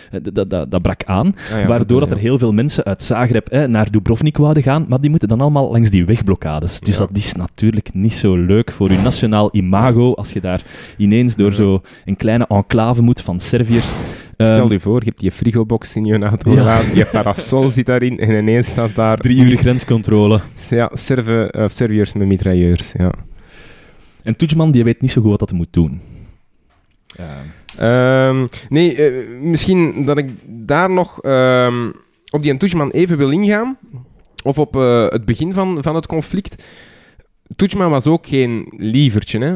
Dat brak aan, waardoor dat er heel veel mensen uit Zagreb naar Dubrovnik wouden gaan, maar die moeten dan allemaal langs die wegblokkades. Dus dat is natuurlijk niet zo leuk voor je nationaal imago, als je daar ineens door zo een kleine enclave moet van Serviërs. Stel je voor, je hebt je frigobox in je auto gelaten, je parasol zit daarin en ineens staat daar... 3 uur grenscontrole. Ja, Serviërs met mitrailleurs, ja. En Tudjman, die weet niet zo goed wat hij moet doen. Misschien dat ik daar nog op die Tudjman even wil ingaan. Of op het begin van het conflict. Tudjman was ook geen lievertje, hè.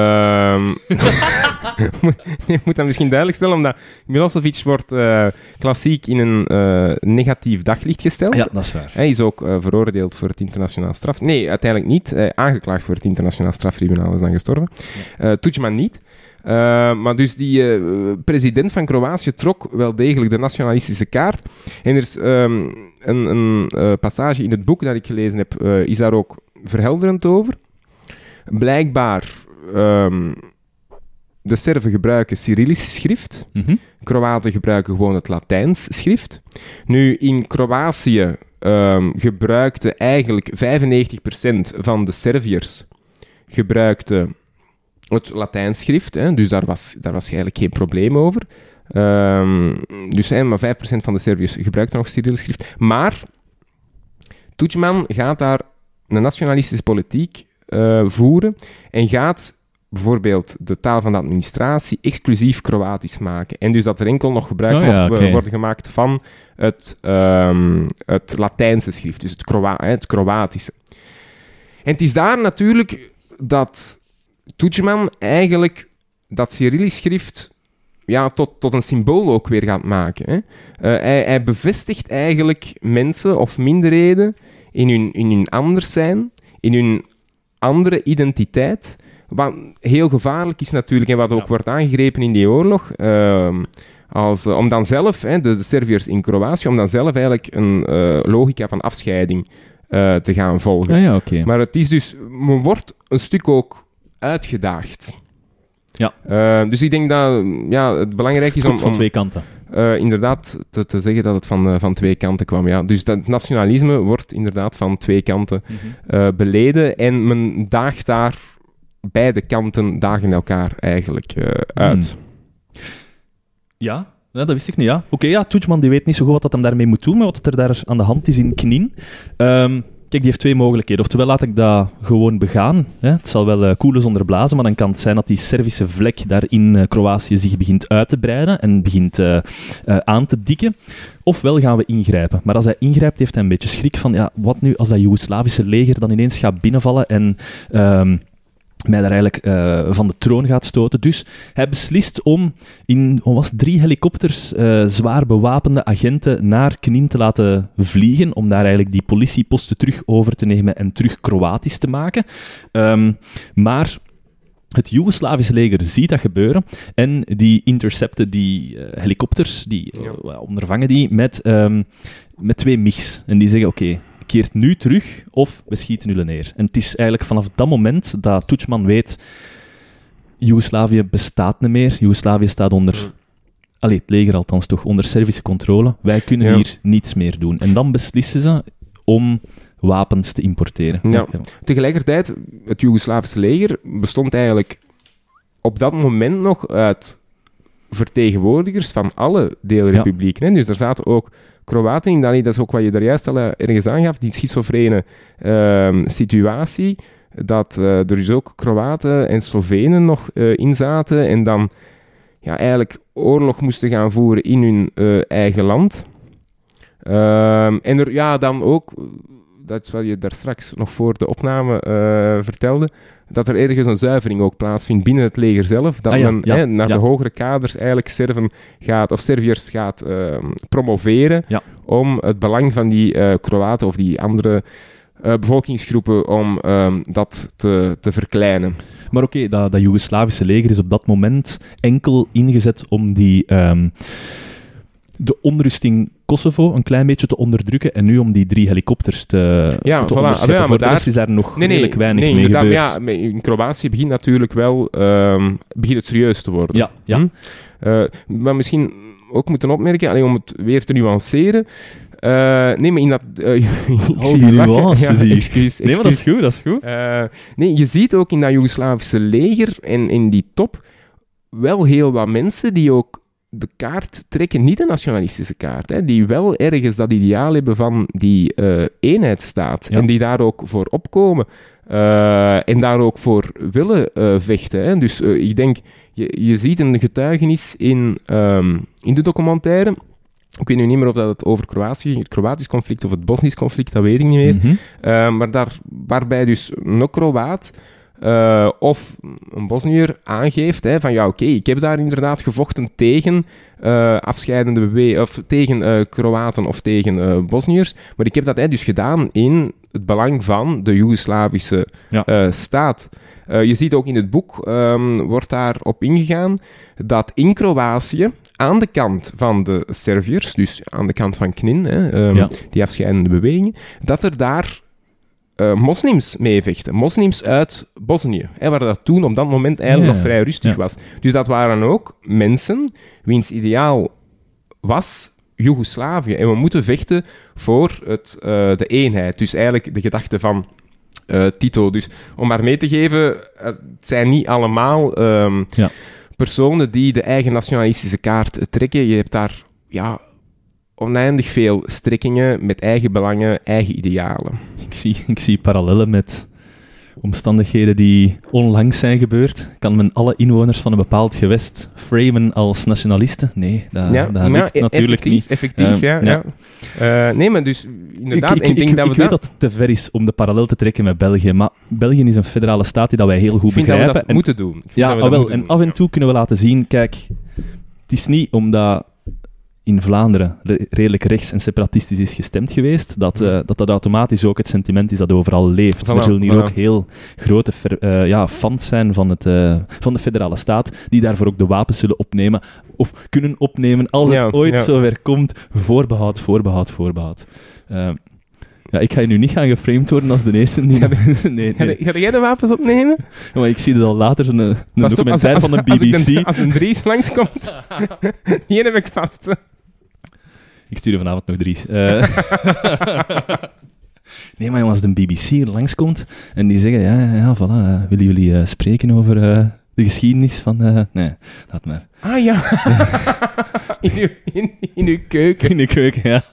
Je moet dat misschien duidelijk stellen, omdat Milosevic wordt klassiek in een negatief daglicht gesteld. Ja, dat is waar. Hij is ook veroordeeld voor het internationaal straf... Nee, uiteindelijk niet. Aangeklaagd voor het internationaal straftribunaal, is dan gestorven. Tudjman niet. Maar dus die president van Kroatië trok wel degelijk de nationalistische kaart. En er is een passage in het boek dat ik gelezen heb, is daar ook verhelderend over. Blijkbaar, de Serven gebruiken Cyrillisch schrift. Mm-hmm. Kroaten gebruiken gewoon het Latijns schrift. Nu, in Kroatië gebruikte eigenlijk 95% van de Serviërs gebruikte het Latijns schrift, hè, dus daar was eigenlijk geen probleem over. Dus maar 5% van de Serviërs gebruikte nog Cyrillisch schrift. Maar Tudjman gaat daar een nationalistische politiek voeren en gaat bijvoorbeeld de taal van de administratie exclusief Kroatisch maken. En dus dat er enkel nog gebruik worden gemaakt van het Latijnse schrift, dus het Kroatische. En het is daar natuurlijk dat Tudjman eigenlijk dat Cyrillisch-schrift tot een symbool ook weer gaat maken. Hè. Hij bevestigt eigenlijk mensen of minderheden in hun anders zijn, in hun andere identiteit. Wat heel gevaarlijk is natuurlijk en wat ook wordt aangegrepen in die oorlog. Om dan zelf, de Serviërs in Kroatië, om dan zelf eigenlijk een logica van afscheiding te gaan volgen. Ja, okay. Maar het is dus, men wordt een stuk ook uitgedaagd. Ja. Dus ik denk dat het belangrijk is om van twee kanten. Inderdaad te zeggen dat het van twee kanten kwam. Ja. Dus dat nationalisme wordt inderdaad van twee kanten beleden en men daagt daar, beide kanten dagen elkaar eigenlijk uit. Ja, dat wist ik niet. Ja. Oké, Tudjman die weet niet zo goed wat hij daarmee moet doen, maar wat er daar aan de hand is in Knin. Kijk, die heeft twee mogelijkheden. Oftewel laat ik dat gewoon begaan. Hè. Het zal wel koelen zonder blazen, maar dan kan het zijn dat die Servische vlek daar in Kroatië zich begint uit te breiden en begint aan te dikken. Ofwel gaan we ingrijpen. Maar als hij ingrijpt, heeft hij een beetje schrik van wat nu als dat Joegoslavische leger dan ineens gaat binnenvallen en mij daar eigenlijk van de troon gaat stoten. Dus hij beslist om in 3 helikopters zwaar bewapende agenten naar Knin te laten vliegen, om daar eigenlijk die politieposten terug over te nemen en terug Kroatisch te maken. Maar het Joegoslavische leger ziet dat gebeuren en die intercepten die helikopters, die ondervangen die met 2 MiGs. En die zeggen, oké, keert nu terug of we schieten jullie neer. En het is eigenlijk vanaf dat moment dat Tudjman weet, Joegoslavië bestaat niet meer. Joegoslavië staat onder, het leger althans toch, onder Servische controle. Wij kunnen hier niets meer doen. En dan beslissen ze om wapens te importeren. Ja. Tegelijkertijd, het Joegoslavische leger bestond eigenlijk op dat moment nog uit vertegenwoordigers van alle deelrepublieken. Ja. Dus er zaten ook Kroaten in, dat is ook wat je daar juist al ergens aangaf, die schizofrene situatie, dat er dus ook Kroaten en Slovenen nog in zaten en dan eigenlijk oorlog moesten gaan voeren in hun eigen land. En er dan ook, dat is wat je daar straks nog voor de opname vertelde, dat er ergens een zuivering ook plaatsvindt binnen het leger zelf, dat men naar de hogere kaders eigenlijk Serviërs gaat promoveren om het belang van die Kroaten of die andere bevolkingsgroepen om dat te verkleinen. Maar oké, dat Joegoslavische leger is op dat moment enkel ingezet om de onrust in Kosovo een klein beetje te onderdrukken en nu om die 3 helikopters te onderscheppen. Voor de rest is daar nog redelijk weinig mee gebeurd. Ja, in Kroatië begint natuurlijk wel begint het serieus te worden. Ja. Maar misschien ook moeten opmerken, om het weer te nuanceren. Nee, maar in dat... die nuances hier. Excuus. Nee, maar dat is goed. Je ziet ook in dat Joegoslavische leger en in die top wel heel wat mensen die ook de kaart trekken, niet de nationalistische kaart, die wel ergens dat ideaal hebben van die eenheidsstaat en die daar ook voor opkomen en daar ook voor willen vechten. Dus ik denk, je ziet een getuigenis in de documentaire. Ik weet nu niet meer of dat het over het Kroatisch conflict of het Bosnisch conflict, dat weet ik niet meer. Maar waarbij dus een Kroaat of een Bosniër aangeeft van oké, ik heb daar inderdaad gevochten tegen tegen Kroaten of tegen Bosniërs, maar ik heb dat dus gedaan in het belang van de Joegoslavische staat. Je ziet ook in het boek, wordt daarop ingegaan, dat in Kroatië, aan de kant van de Serviërs, dus aan de kant van Knin, die afscheidende bewegingen, dat er daar moslims meevechten. Moslims uit Bosnië, waar dat toen op dat moment eigenlijk nog vrij rustig was. Dus dat waren ook mensen wiens ideaal was Joegoslavië. En we moeten vechten voor de eenheid. Dus eigenlijk de gedachte van Tito. Dus om maar mee te geven, het zijn niet allemaal personen die de eigen nationalistische kaart trekken. Je hebt daar oneindig veel strekkingen met eigen belangen, eigen idealen. Ik zie parallellen met omstandigheden die onlangs zijn gebeurd, kan men alle inwoners van een bepaald gewest framen als nationalisten? Nee, dat lukt natuurlijk niet. Effectief, ja. Nee, maar dus inderdaad, ik weet dat het te ver is om de parallel te trekken met België, maar België is een federale staat die dat wij heel goed begrijpen. Dat we dat moeten doen. Af en toe kunnen we laten zien, kijk, het is niet omdat in Vlaanderen redelijk rechts en separatistisch is gestemd geweest, dat automatisch ook het sentiment is dat overal leeft. Er zullen hier ook heel grote fans zijn van de federale staat, die daarvoor ook de wapens zullen opnemen, of kunnen opnemen als het ooit zover komt. Voorbehoud. Ik ga je nu niet gaan geframed worden als de eerste die... Nee. Ga jij de wapens opnemen? Ja, maar ik zie het al later, een documentaire van de BBC. Als een Dries langskomt, hier heb ik vast. Ik stuur vanavond nog Dries. Nee, maar als de BBC langskomt en die zeggen, ja, voilà, willen jullie spreken over de geschiedenis van... Nee, laat maar. Ah ja, in uw keuken. In de keuken, ja.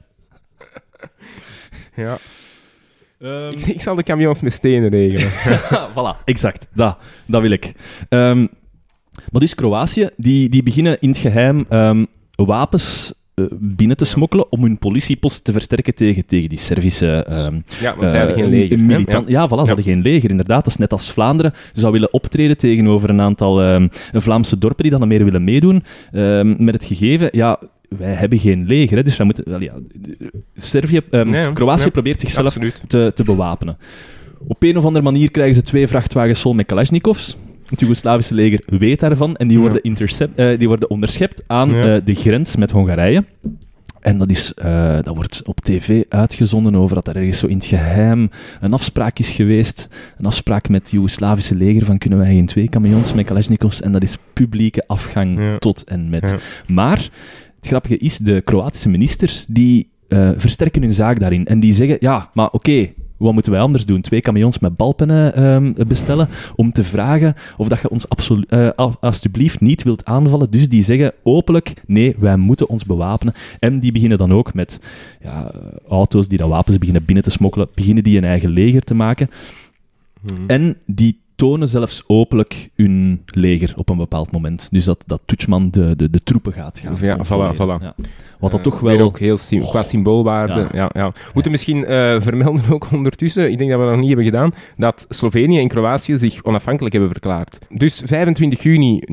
Ja. Ik zal de camions met stenen regelen. Voilà, exact. Dat wil ik. Maar dus Kroatië, die beginnen in het geheim wapens binnen te smokkelen om hun politiepost te versterken tegen die Servische want ze hadden geen leger. Ze hadden geen leger, inderdaad. Dat is net als Vlaanderen zou willen optreden tegenover een aantal Vlaamse dorpen die dan meer willen meedoen. Met het gegeven, wij hebben geen leger, hè, dus wij moeten... Kroatië probeert zichzelf te bewapenen. Op een of andere manier krijgen ze 2 vrachtwagens vol met Kalashnikovs. Het Joegoslavische leger weet daarvan en die worden onderschept aan de grens met Hongarije. En dat wordt op tv uitgezonden over dat er ergens zo in het geheim een afspraak is geweest. Een afspraak met het Joegoslavische leger van kunnen wij geen 2 camions met Kalashnikovs en dat is publieke afgang tot en met. Ja. Maar het grappige is, de Kroatische ministers die versterken hun zaak daarin. En die zeggen, maar oké, wat moeten wij anders doen? 2 camions met balpennen bestellen om te vragen of dat je ons alsjeblieft niet wilt aanvallen. Dus die zeggen openlijk, nee, wij moeten ons bewapenen. En die beginnen dan ook met auto's die dan wapens beginnen binnen te smokkelen, beginnen die een eigen leger te maken. En die tonen zelfs openlijk hun leger op een bepaald moment. Dus dat Tudjman de troepen gaat gaan. Voilà. Ja. Wat dat toch wel... Ook heel qua symboolwaarde. Ja. We moeten misschien vermelden ook ondertussen, ik denk dat we dat nog niet hebben gedaan, dat Slovenië en Kroatië zich onafhankelijk hebben verklaard. Dus 25 juni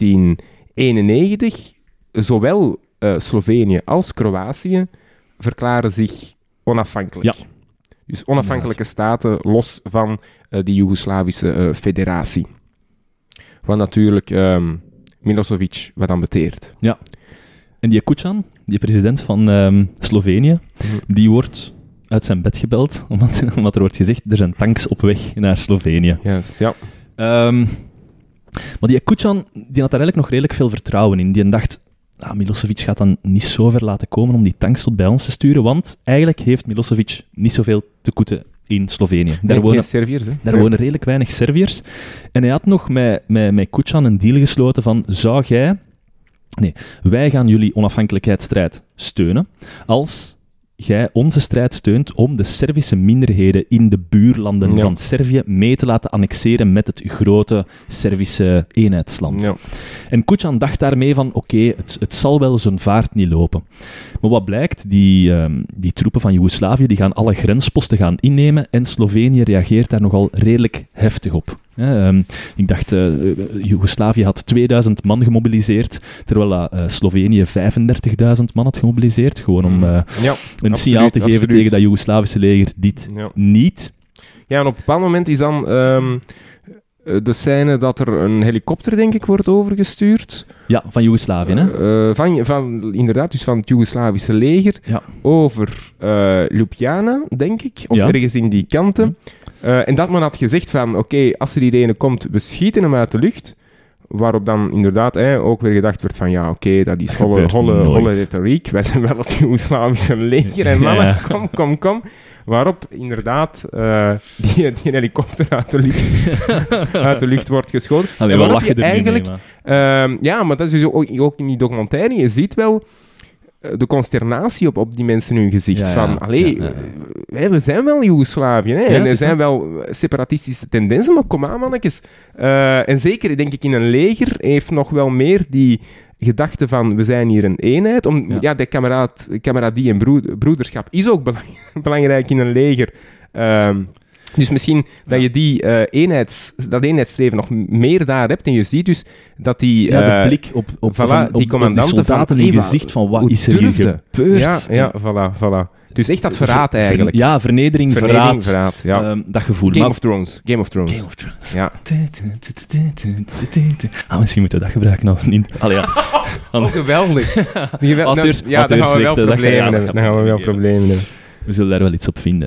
1991, zowel Slovenië als Kroatië verklaren zich onafhankelijk. Ja. Dus onafhankelijke staten, los van die Joegoslavische federatie. Wat natuurlijk Milosevic wat ambeteert. Ja. En die Kucan, die president van Slovenië, die wordt uit zijn bed gebeld, omdat er wordt gezegd, er zijn tanks op weg naar Slovenië. Juist, ja. Maar die Kucan, die had daar eigenlijk nog redelijk veel vertrouwen in. Die dacht, Milosevic gaat dan niet zo ver laten komen om die tanks tot bij ons te sturen, want eigenlijk heeft Milosevic niet zoveel te koeten in Slovenië. Daar wonen redelijk weinig Serviërs. En hij had nog met Kucan een deal gesloten van, wij gaan jullie onafhankelijkheidsstrijd steunen als jij onze strijd steunt om de Servische minderheden in de buurlanden van Servië mee te laten annexeren met het grote Servische eenheidsland. Ja. En Kucan dacht daarmee van, oké, het zal wel zijn vaart niet lopen. Maar wat blijkt, die troepen van Joegoslavië die gaan alle grensposten gaan innemen en Slovenië reageert daar nogal redelijk heftig op. Ik dacht, Joegoslavië had 2000 man gemobiliseerd, terwijl Slovenië 35.000 man had gemobiliseerd, gewoon om een signaal te geven tegen dat Joegoslavische leger dit niet. Ja, en op een bepaald moment is dan de scène dat er een helikopter, denk ik, wordt overgestuurd. Ja, van Joegoslavië, hè? Inderdaad, dus van het Joegoslavische leger over Ljubljana, denk ik, of ergens in die kanten. En dat men had gezegd van, oké, als er die ene komt, we schieten hem uit de lucht. Waarop dan inderdaad ook weer gedacht werd van, dat is holle retoriek. Wij zijn wel het Joegoslavische leger en mannen, kom. Waarop inderdaad die helikopter uit de lucht wordt geschoten. Allee, wat lach je er eigenlijk? Maar dat is dus ook in die documentaire. Je ziet wel de consternatie op die mensen hun gezicht. Ja, van, ja. allee, Ja. we zijn wel Joegoslavië, hè, Ja, en het er is zijn dat. wel separatistische tendensen, maar kom aan, mannetjes. En zeker, denk ik, in een leger heeft nog wel meer die gedachte van, we zijn hier een eenheid. De kamaradie en broederschap is ook belangrijk in een leger. Dus misschien dat je dat eenheidsstreven nog meer daar hebt. En je ziet dus dat die... de blik op die commandanten die soldaten in gezicht van wat is er hier gebeurd? Ja, voilà. Dus echt dat verraad eigenlijk. Ja, vernedering, verraad. Ja. Dat gevoel. Game of Thrones. Ja. Misschien moeten we dat gebruiken als niet. Allee, ja. Geweldig. Auteurs Dan gaan we wel zegt, problemen hebben. We zullen daar wel iets op vinden.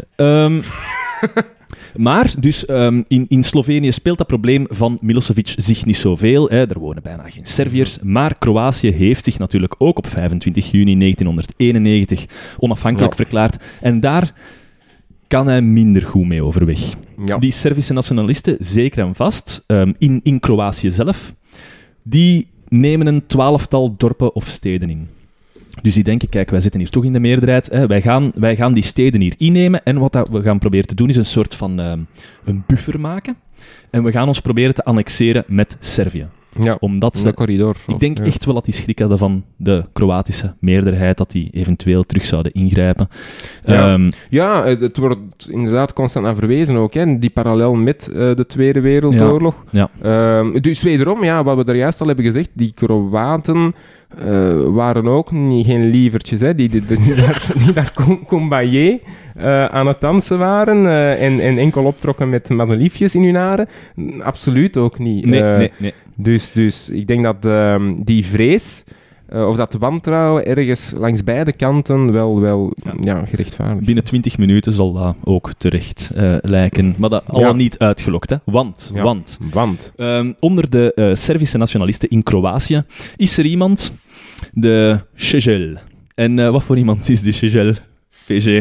Maar, dus in Slovenië speelt dat probleem van Milosevic zich niet zoveel. Hè. Er wonen bijna geen Serviërs. Maar Kroatië heeft zich natuurlijk ook op 25 juni 1991 onafhankelijk verklaard. En daar kan hij minder goed mee overweg. Ja. Die Servische nationalisten, zeker en vast, in Kroatië zelf, die nemen een 12-tal dorpen of steden in. Dus die denken, kijk, wij zitten hier toch in de meerderheid. Hè. Wij gaan die steden hier innemen. En wat we gaan proberen te doen, is een soort van een buffer maken. En we gaan ons proberen te annexeren met Servië. Ja, omdat de corridor. Ik denk echt wel dat die schrik hadden van de Kroatische meerderheid, dat die eventueel terug zouden ingrijpen. Ja, het wordt inderdaad constant aan verwezen ook, hè, die parallel met de Tweede Wereldoorlog. Ja. Dus wederom, wat we daar juist al hebben gezegd, die Kroaten waren ook geen lievertjes, hè, die daar combaillé aan het dansen waren en enkel optrokken met madeliefjes in hun haren. Absoluut ook niet. Nee. Dus ik denk dat die vrees, of dat wantrouwen ergens langs beide kanten wel gerechtvaardigd is. Binnen 20 minuten zal dat ook terecht lijken. Maar dat al niet uitgelokt, hè? Want. Onder de Servische nationalisten in Kroatië is er iemand, de Šešelj. En wat voor iemand is die Šešelj, PG?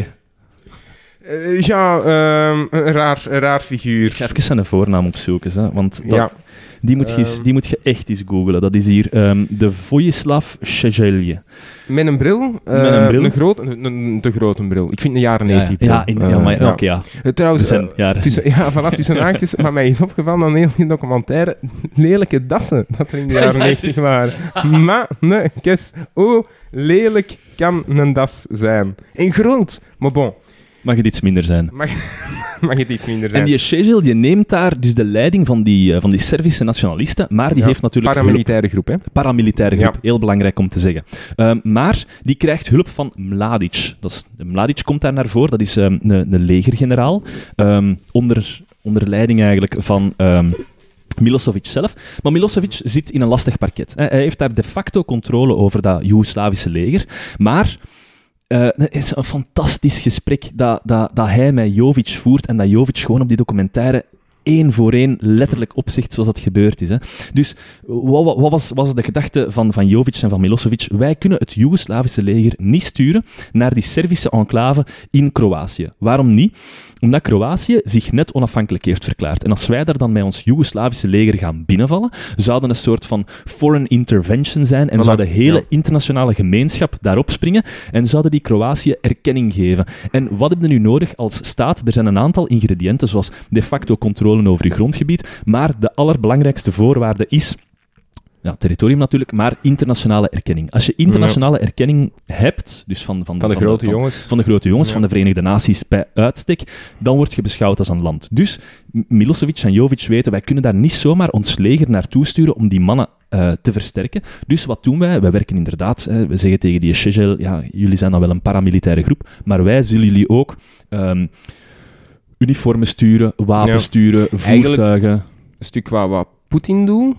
Een raar figuur. Ik ga even zijn voornaam opzoeken, hè, want die moet je echt eens googlen. Dat is hier de Vojislav Šešelj. Met een bril. Een te grote bril. Ik vind de jaren 90 bril. Oké. Trouwens, tussen haakjes, wat mij is opgevallen aan heel die documentaire, lelijke dassen dat er in de jaren 90 waren. Maar, hoe lelijk kan een das zijn? En groot, maar bon. Mag het iets minder zijn. Mag het iets minder zijn. En die Šešelj, die neemt daar dus de leiding van die Servische nationalisten, maar die heeft natuurlijk paramilitaire groep, hè? Paramilitaire groep, heel belangrijk om te zeggen. Maar die krijgt hulp van Mladic. Mladic komt daar naar voren, dat is een legergeneraal, onder leiding eigenlijk van... Milosevic zelf. Maar Milosevic zit in een lastig parket. Hij heeft daar de facto controle over dat Joegoslavische leger, maar... het is een fantastisch gesprek dat hij met Jovic voert en dat Jovic gewoon op die documentaire 1 voor 1 letterlijk opzegt zoals dat gebeurd is. Hè. Dus wat was de gedachte van Jovic en van Milosevic? Wij kunnen het Joegoslavische leger niet sturen naar die Servische enclave in Kroatië. Waarom niet? Omdat Kroatië zich net onafhankelijk heeft verklaard. En als wij daar dan met ons Joegoslavische leger gaan binnenvallen, zouden een soort van foreign intervention zijn en zou de hele internationale gemeenschap daarop springen en zouden die Kroatië erkenning geven. En wat heb je nu nodig als staat? Er zijn een aantal ingrediënten, zoals de facto controle over je grondgebied, maar de allerbelangrijkste voorwaarde is... territorium natuurlijk, maar internationale erkenning. Als je internationale erkenning hebt, dus van de grote jongens, van de Verenigde Naties bij uitstek, dan word je beschouwd als een land. Dus Milosevic en Jovic weten, wij kunnen daar niet zomaar ons leger naartoe sturen om die mannen te versterken. Dus wat doen wij? Wij werken inderdaad, we zeggen tegen die Šešelj, jullie zijn dan wel een paramilitaire groep, maar wij zullen jullie ook uniformen sturen, wapens sturen, voertuigen. Eigenlijk een stuk wat Poetin doet.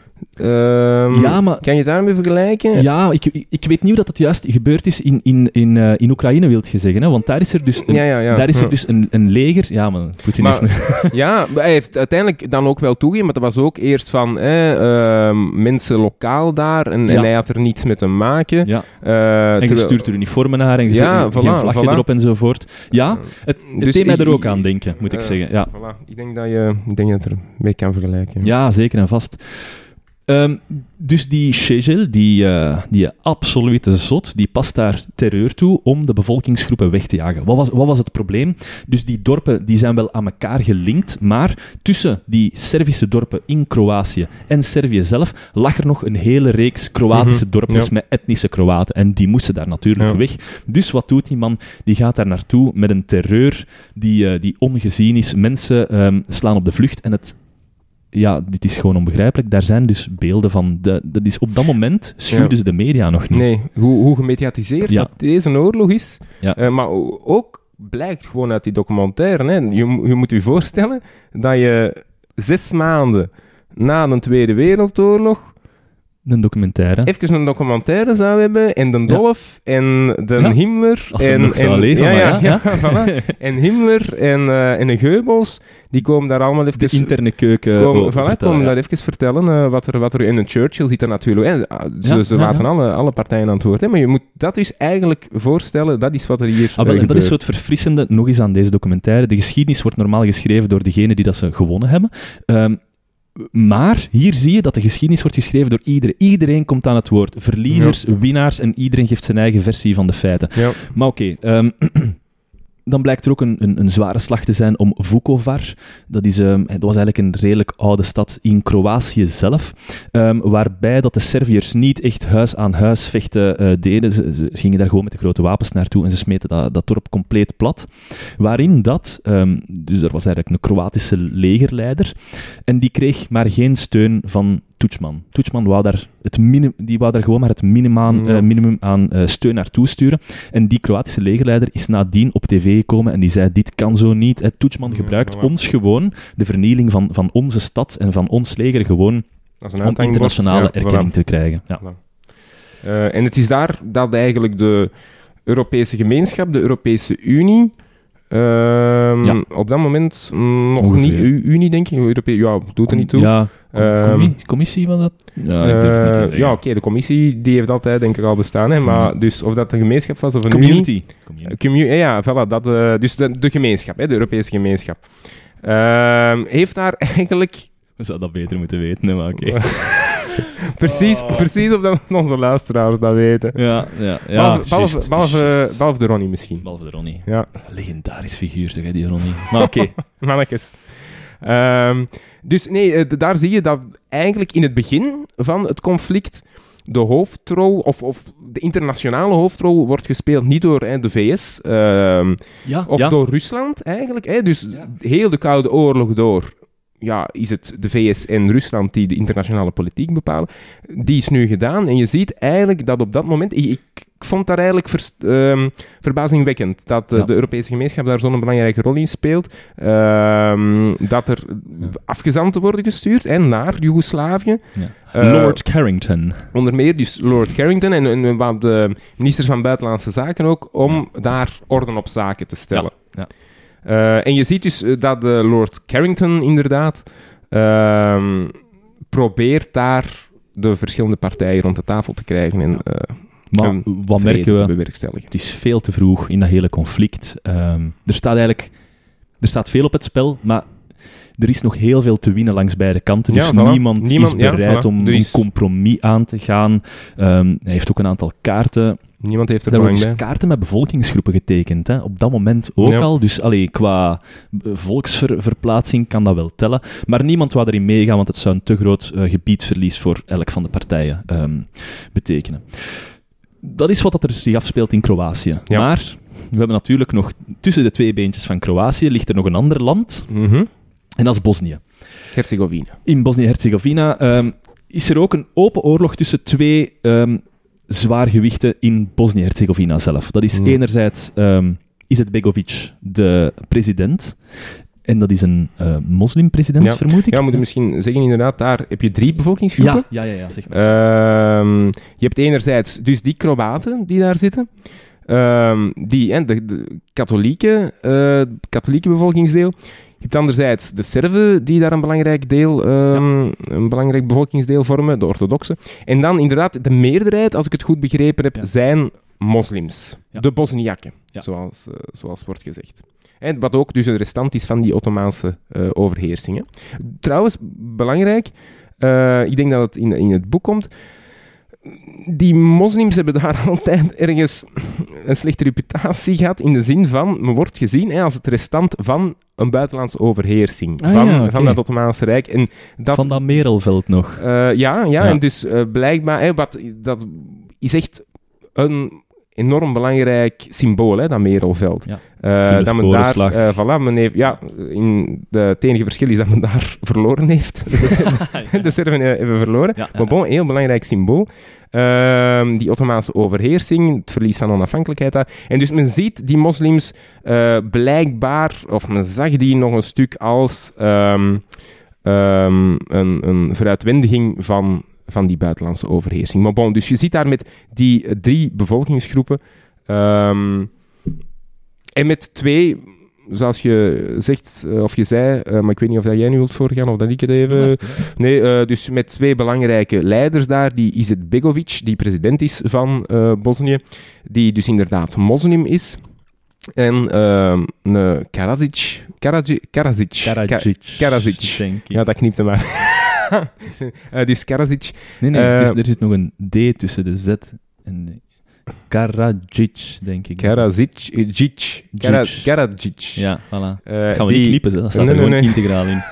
Maar... Kan je daarmee vergelijken? Ja, ik weet niet hoe dat het juist gebeurd is in Oekraïne, wil je zeggen. Hè? Want daar is er dus een leger... Ja, maar Poetin heeft... maar hij heeft uiteindelijk dan ook wel toegegeven, maar dat was ook eerst van mensen lokaal daar en hij had er niets mee te maken. Ja. En je stuurt er uniformen naar en je zet geen vlagje erop enzovoort. Ja, het deed mij er ook aan denken, moet ik zeggen. Ja. Voilà. Ik denk dat er mee kan vergelijken. Ja, zeker en vast. Dus die Šešelj, die absolute zot, die past daar terreur toe om de bevolkingsgroepen weg te jagen. Wat was het probleem? Dus die dorpen die zijn wel aan elkaar gelinkt, maar tussen die Servische dorpen in Kroatië en Servië zelf lag er nog een hele reeks Kroatische dorpjes met etnische Kroaten. En die moesten daar natuurlijk weg. Dus wat doet die man? Die gaat daar naartoe met een terreur die ongezien is. Mensen slaan op de vlucht en dit is gewoon onbegrijpelijk. Daar zijn dus beelden van. Dat is op dat moment schuwden ze de media nog niet. Nee, hoe gemediatiseerd dat deze oorlog is. Ja. Maar ook blijkt gewoon uit die documentaire. Hè. Je moet je voorstellen dat je 6 maanden na de Tweede Wereldoorlog een documentaire. Even een documentaire zou hebben, en de Dolf en de Himmler. Als ze nog zou leven, voilà. En Himmler en de Goebbels, die komen daar allemaal even... De interne keuken komen daar even vertellen wat er... En Churchill zit er natuurlijk... Ze laten alle partijen aan het woord. Hè, maar je moet dat dus eigenlijk voorstellen, dat is wat er hier gebeurt. En dat is zo het verfrissende nog eens aan deze documentaire. De geschiedenis wordt normaal geschreven door degenen die dat ze gewonnen hebben. Maar hier zie je dat de geschiedenis wordt geschreven door iedereen. Iedereen komt aan het woord. Verliezers, winnaars, en iedereen geeft zijn eigen versie van de feiten. Ja. Maar oké, dan blijkt er ook een zware slag te zijn om Vukovar. Dat was eigenlijk een redelijk oude stad in Kroatië zelf, waarbij dat de Serviërs niet echt huis aan huis vechten deden. Ze gingen daar gewoon met de grote wapens naartoe en ze smeten dat dorp compleet plat. Waarin dus er was eigenlijk een Kroatische legerleider en die kreeg maar geen steun van Tudjman. Tudjman wou daar gewoon maar het minimum aan steun naartoe sturen. En die Kroatische legerleider is nadien op tv gekomen en die zei, dit kan zo niet. Tudjman gebruikt ons gewoon, de vernieling van onze stad en van ons leger gewoon, om internationale erkenning te krijgen. Ja. En het is daar dat eigenlijk de Europese gemeenschap, de Europese Unie... Op dat moment nog ongeveer niet Unie, denk ik. Doet er niet toe. Ja, commissie was dat? Ja, ik durf niet te zeggen. Ja, oké, de commissie die heeft altijd, denk ik, al bestaan. Hè, maar dus of dat de gemeenschap was of een community. Dus de gemeenschap, hè, de Europese gemeenschap. Heeft daar eigenlijk... We zouden dat beter moeten weten, maar oké. Precies omdat onze luisteraars dat weten. Ja. Behalve de Ronnie misschien. Behalve de Ronnie. Ja. Legendarisch figuur, toch, die Ronnie. Maar oké. Mannetjes. Dus nee, daar zie je dat eigenlijk in het begin van het conflict de hoofdrol, of de internationale hoofdrol, wordt gespeeld niet door de VS door Rusland eigenlijk. Dus heel de Koude Oorlog door... is het de VS en Rusland die de internationale politiek bepalen. Die is nu gedaan. En je ziet eigenlijk dat op dat moment... Ik vond daar eigenlijk verbazingwekkend dat de Europese gemeenschap daar zo'n belangrijke rol in speelt. Dat er afgezanten worden gestuurd naar Joegoslavië. Ja. Lord Carrington. Onder meer dus Lord Carrington en de ministers van Buitenlandse Zaken ook, om daar orde op zaken te stellen. Ja. En je ziet dus dat Lord Carrington inderdaad probeert daar de verschillende partijen rond de tafel te krijgen en maar wat merken we? Te bewerkstelligen. Het is veel te vroeg in dat hele conflict. Er staat veel op het spel, maar er is nog heel veel te winnen langs beide kanten. Dus niemand is bereid om een compromis aan te gaan. Hij heeft ook een aantal kaarten. Niemand heeft er belang bij. Er worden dus kaarten met bevolkingsgroepen getekend. Hè? Op dat moment ook al. Dus qua volksverplaatsing kan dat wel tellen. Maar niemand wou erin meegaan, want het zou een te groot gebiedsverlies voor elk van de partijen betekenen. Dat is wat er zich afspeelt in Kroatië. Ja. Maar we hebben natuurlijk nog... Tussen de twee beentjes van Kroatië ligt er nog een ander land. Mm-hmm. En dat is Bosnië. Herzegovina. In Bosnië-Herzegovina is er ook een open oorlog tussen twee... zwaargewichten in Bosnië-Herzegovina zelf. Dat is enerzijds Izetbegovic, de president. En dat is een moslimpresident, vermoed ik. Ja, we moeten misschien zeggen, inderdaad, daar heb je 3 bevolkingsgroepen. Ja, zeg maar. Je hebt enerzijds dus die Kroaten die daar zitten. De katholieke bevolkingsdeel. Je hebt anderzijds de Serven, die daar een belangrijk bevolkingsdeel vormen, de orthodoxen. En dan inderdaad, de meerderheid, als ik het goed begrepen heb, zijn moslims. Ja. De Bosniakken, zoals wordt gezegd. En wat ook dus een restant is van die Ottomaanse overheersingen. Trouwens, belangrijk, Ik denk dat het in het boek komt. Die moslims hebben daar altijd ergens een slechte reputatie gehad, in de zin van, men wordt gezien als het restant van een buitenlandse overheersing, van dat Ottomaanse Rijk. En van dat Merelveld nog. En dus blijkbaar, dat is echt een enorm belangrijk symbool, dat Merelveld. Ja. Dat men daar, men heeft, het enige verschil is dat men daar verloren heeft. De Serven hebben verloren. Maar bon, een heel belangrijk symbool. Die Ottomaanse overheersing, het verlies van onafhankelijkheid daar. En dus men ziet die moslims blijkbaar, of men zag die nog een stuk als een vooruitwendiging van die buitenlandse overheersing. Maar bon, dus je ziet daar met die 3 bevolkingsgroepen en met 2, zoals je zegt, of je zei, maar ik weet niet of dat jij nu wilt voorgaan of dat ik het even... Nee, dus met 2 belangrijke leiders daar, die Izetbegovic, die president is van Bosnië, die dus inderdaad moslim is, en Karadzic, ja, dat knipte maar. Dus Karadzic... Nee, er zit nog een D tussen de Z en de... Karadzic, denk ik. Karadzic. Ja, voilà. Gaan we niet knippen, dat staat er gewoon integraal in.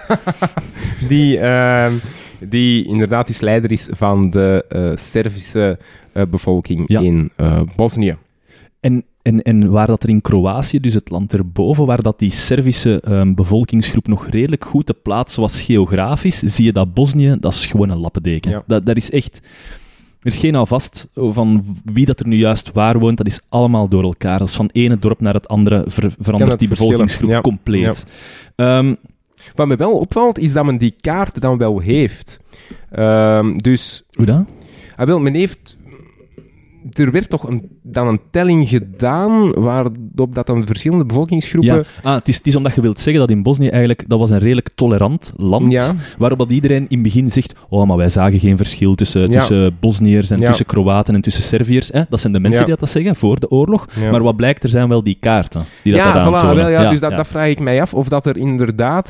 Die inderdaad dus leider is van de Servische bevolking in Bosnië. En waar dat er in Kroatië, dus het land erboven, waar dat die Servische bevolkingsgroep nog redelijk goed te plaatsen was geografisch, zie je dat Bosnië, dat is gewoon een lappendeken. Ja. Dat is echt... Er is geen alvast van wie dat er nu juist waar woont, dat is allemaal door elkaar. Dat is van ene dorp naar het andere verandert die bevolkingsgroep compleet. Ja. Wat me wel opvalt, is dat men die kaart dan wel heeft. Dus... Hoe dan? Men heeft... Er werd toch dan een telling gedaan waarop dat dan verschillende bevolkingsgroepen... Ja, het is omdat je wilt zeggen dat in Bosnië eigenlijk... Dat was een redelijk tolerant land, waarop dat iedereen in het begin zegt... Oh, maar wij zagen geen verschil tussen Bosniërs en tussen Kroaten en tussen Serviërs. Dat zijn de mensen die dat zeggen, voor de oorlog. Ja. Maar wat blijkt, er zijn wel die kaarten die dat aantonen. Dus dat vraag ik mij af, of dat er inderdaad...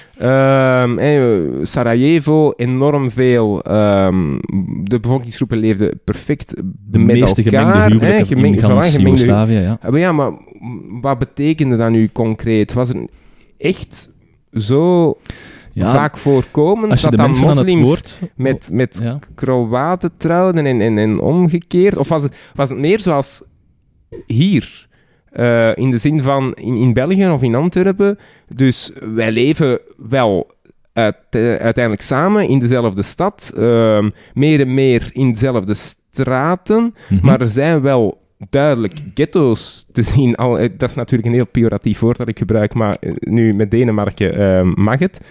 Sarajevo, enorm veel... de bevolkingsgroepen leefden perfect de met meeste elkaar. Gemengde huwelijken in Joegoslavië, ja. Maar wat betekende dat nu concreet? Was er echt zo vaak voorkomen dat dan moslims met Kroaten trouwden en omgekeerd? Of was het meer zoals hier... in de zin van in België of in Antwerpen. Dus wij leven wel uiteindelijk samen in dezelfde stad. Meer en meer in dezelfde straten. Mm-hmm. Maar er zijn wel duidelijk ghetto's te zien. Dat is natuurlijk een heel pejoratief woord dat ik gebruik, maar nu met Denemarken mag het.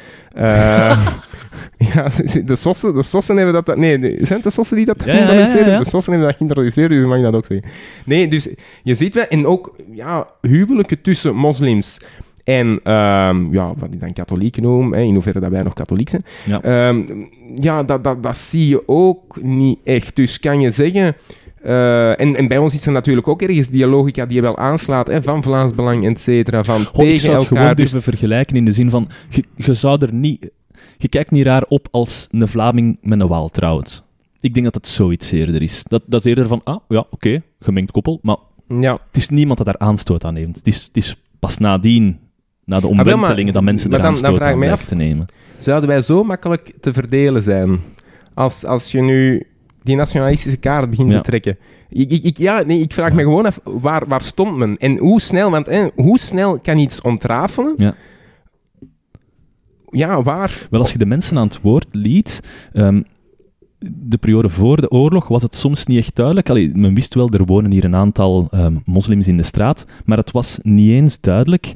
Ja, de Sossen hebben dat... Nee, zijn het de Sossen die dat introduceren? Ja. De Sossen hebben dat geïntroduceerd, dus mag ik dat ook zeggen. Nee, dus je ziet wel... En ook huwelijken tussen moslims en wat ik dan katholieken noem, in hoeverre dat wij nog katholiek zijn. Ja, dat zie je ook niet echt. Dus kan je zeggen... En bij ons is er natuurlijk ook ergens die logica die je wel aanslaat, van Vlaams Belang, et cetera, van tegen elkaar. Ik zou het gewoon durven vergelijken in de zin van, je zou er niet... Je kijkt niet raar op als een Vlaming met een Waal trouwt. Ik denk dat het zoiets eerder is. Dat is eerder van, oké, gemengd koppel, maar het is niemand dat daar aanstoot aan neemt. Het is pas nadien, na de omwentelingen, dat mensen daar aanstoot aan blijven te nemen. Zouden wij zo makkelijk te verdelen zijn? Als je nu die nationalistische kaart begint te trekken. Ik vraag me gewoon af, waar stond men? En hoe snel, want hoe snel kan iets ontrafelen? Ja. Ja, waar? Wel, als je de mensen aan het woord liet... de periode voor de oorlog was het soms niet echt duidelijk. Men wist wel, er wonen hier een aantal moslims in de straat, maar het was niet eens duidelijk...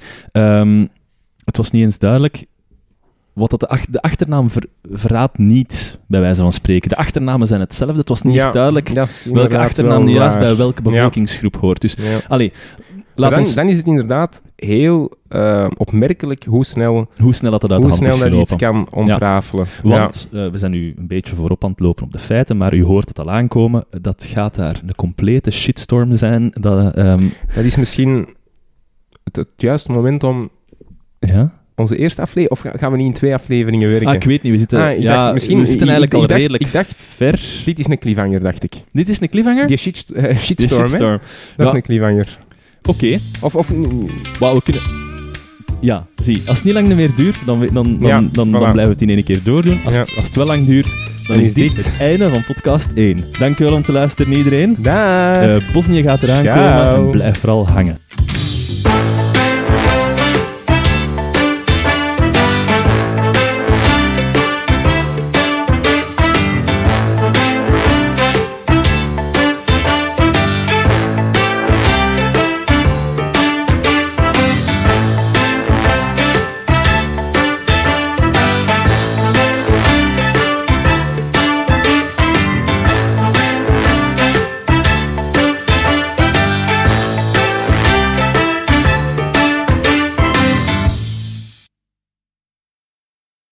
Wat de achternaam verraadt niet, bij wijze van spreken. De achternamen zijn hetzelfde. Het was niet echt duidelijk welke achternaam nu juist bij welke bevolkingsgroep hoort. Dus, dan is het inderdaad heel opmerkelijk hoe snel dat uit de hand is gelopen. Iets kan ontrafelen. Ja. Want we zijn nu een beetje voorop aan het lopen op de feiten, maar u hoort het al aankomen. Dat gaat daar een complete shitstorm zijn. Dat is misschien het juiste moment om... Ja? onze eerste aflevering? Of gaan we niet in 2 afleveringen werken? Ik weet niet, we zitten, Ik dacht, misschien, we zitten eigenlijk al redelijk ik dacht, ver. dit is een cliffhanger, dacht ik. Dit is een cliffhanger? Die shitstorm, hè? Shitstorm. Dat is een cliffhanger. Oké. Of Maar we kunnen... Ja, zie, als het niet lang meer duurt, dan voilà. blijven we het in één keer doordoen. Als het wel lang duurt, dan is dit het einde van podcast 1. Dankjewel om te luisteren, iedereen. Daag. Bosnië gaat eraan Ciao. komen en blijf vooral hangen.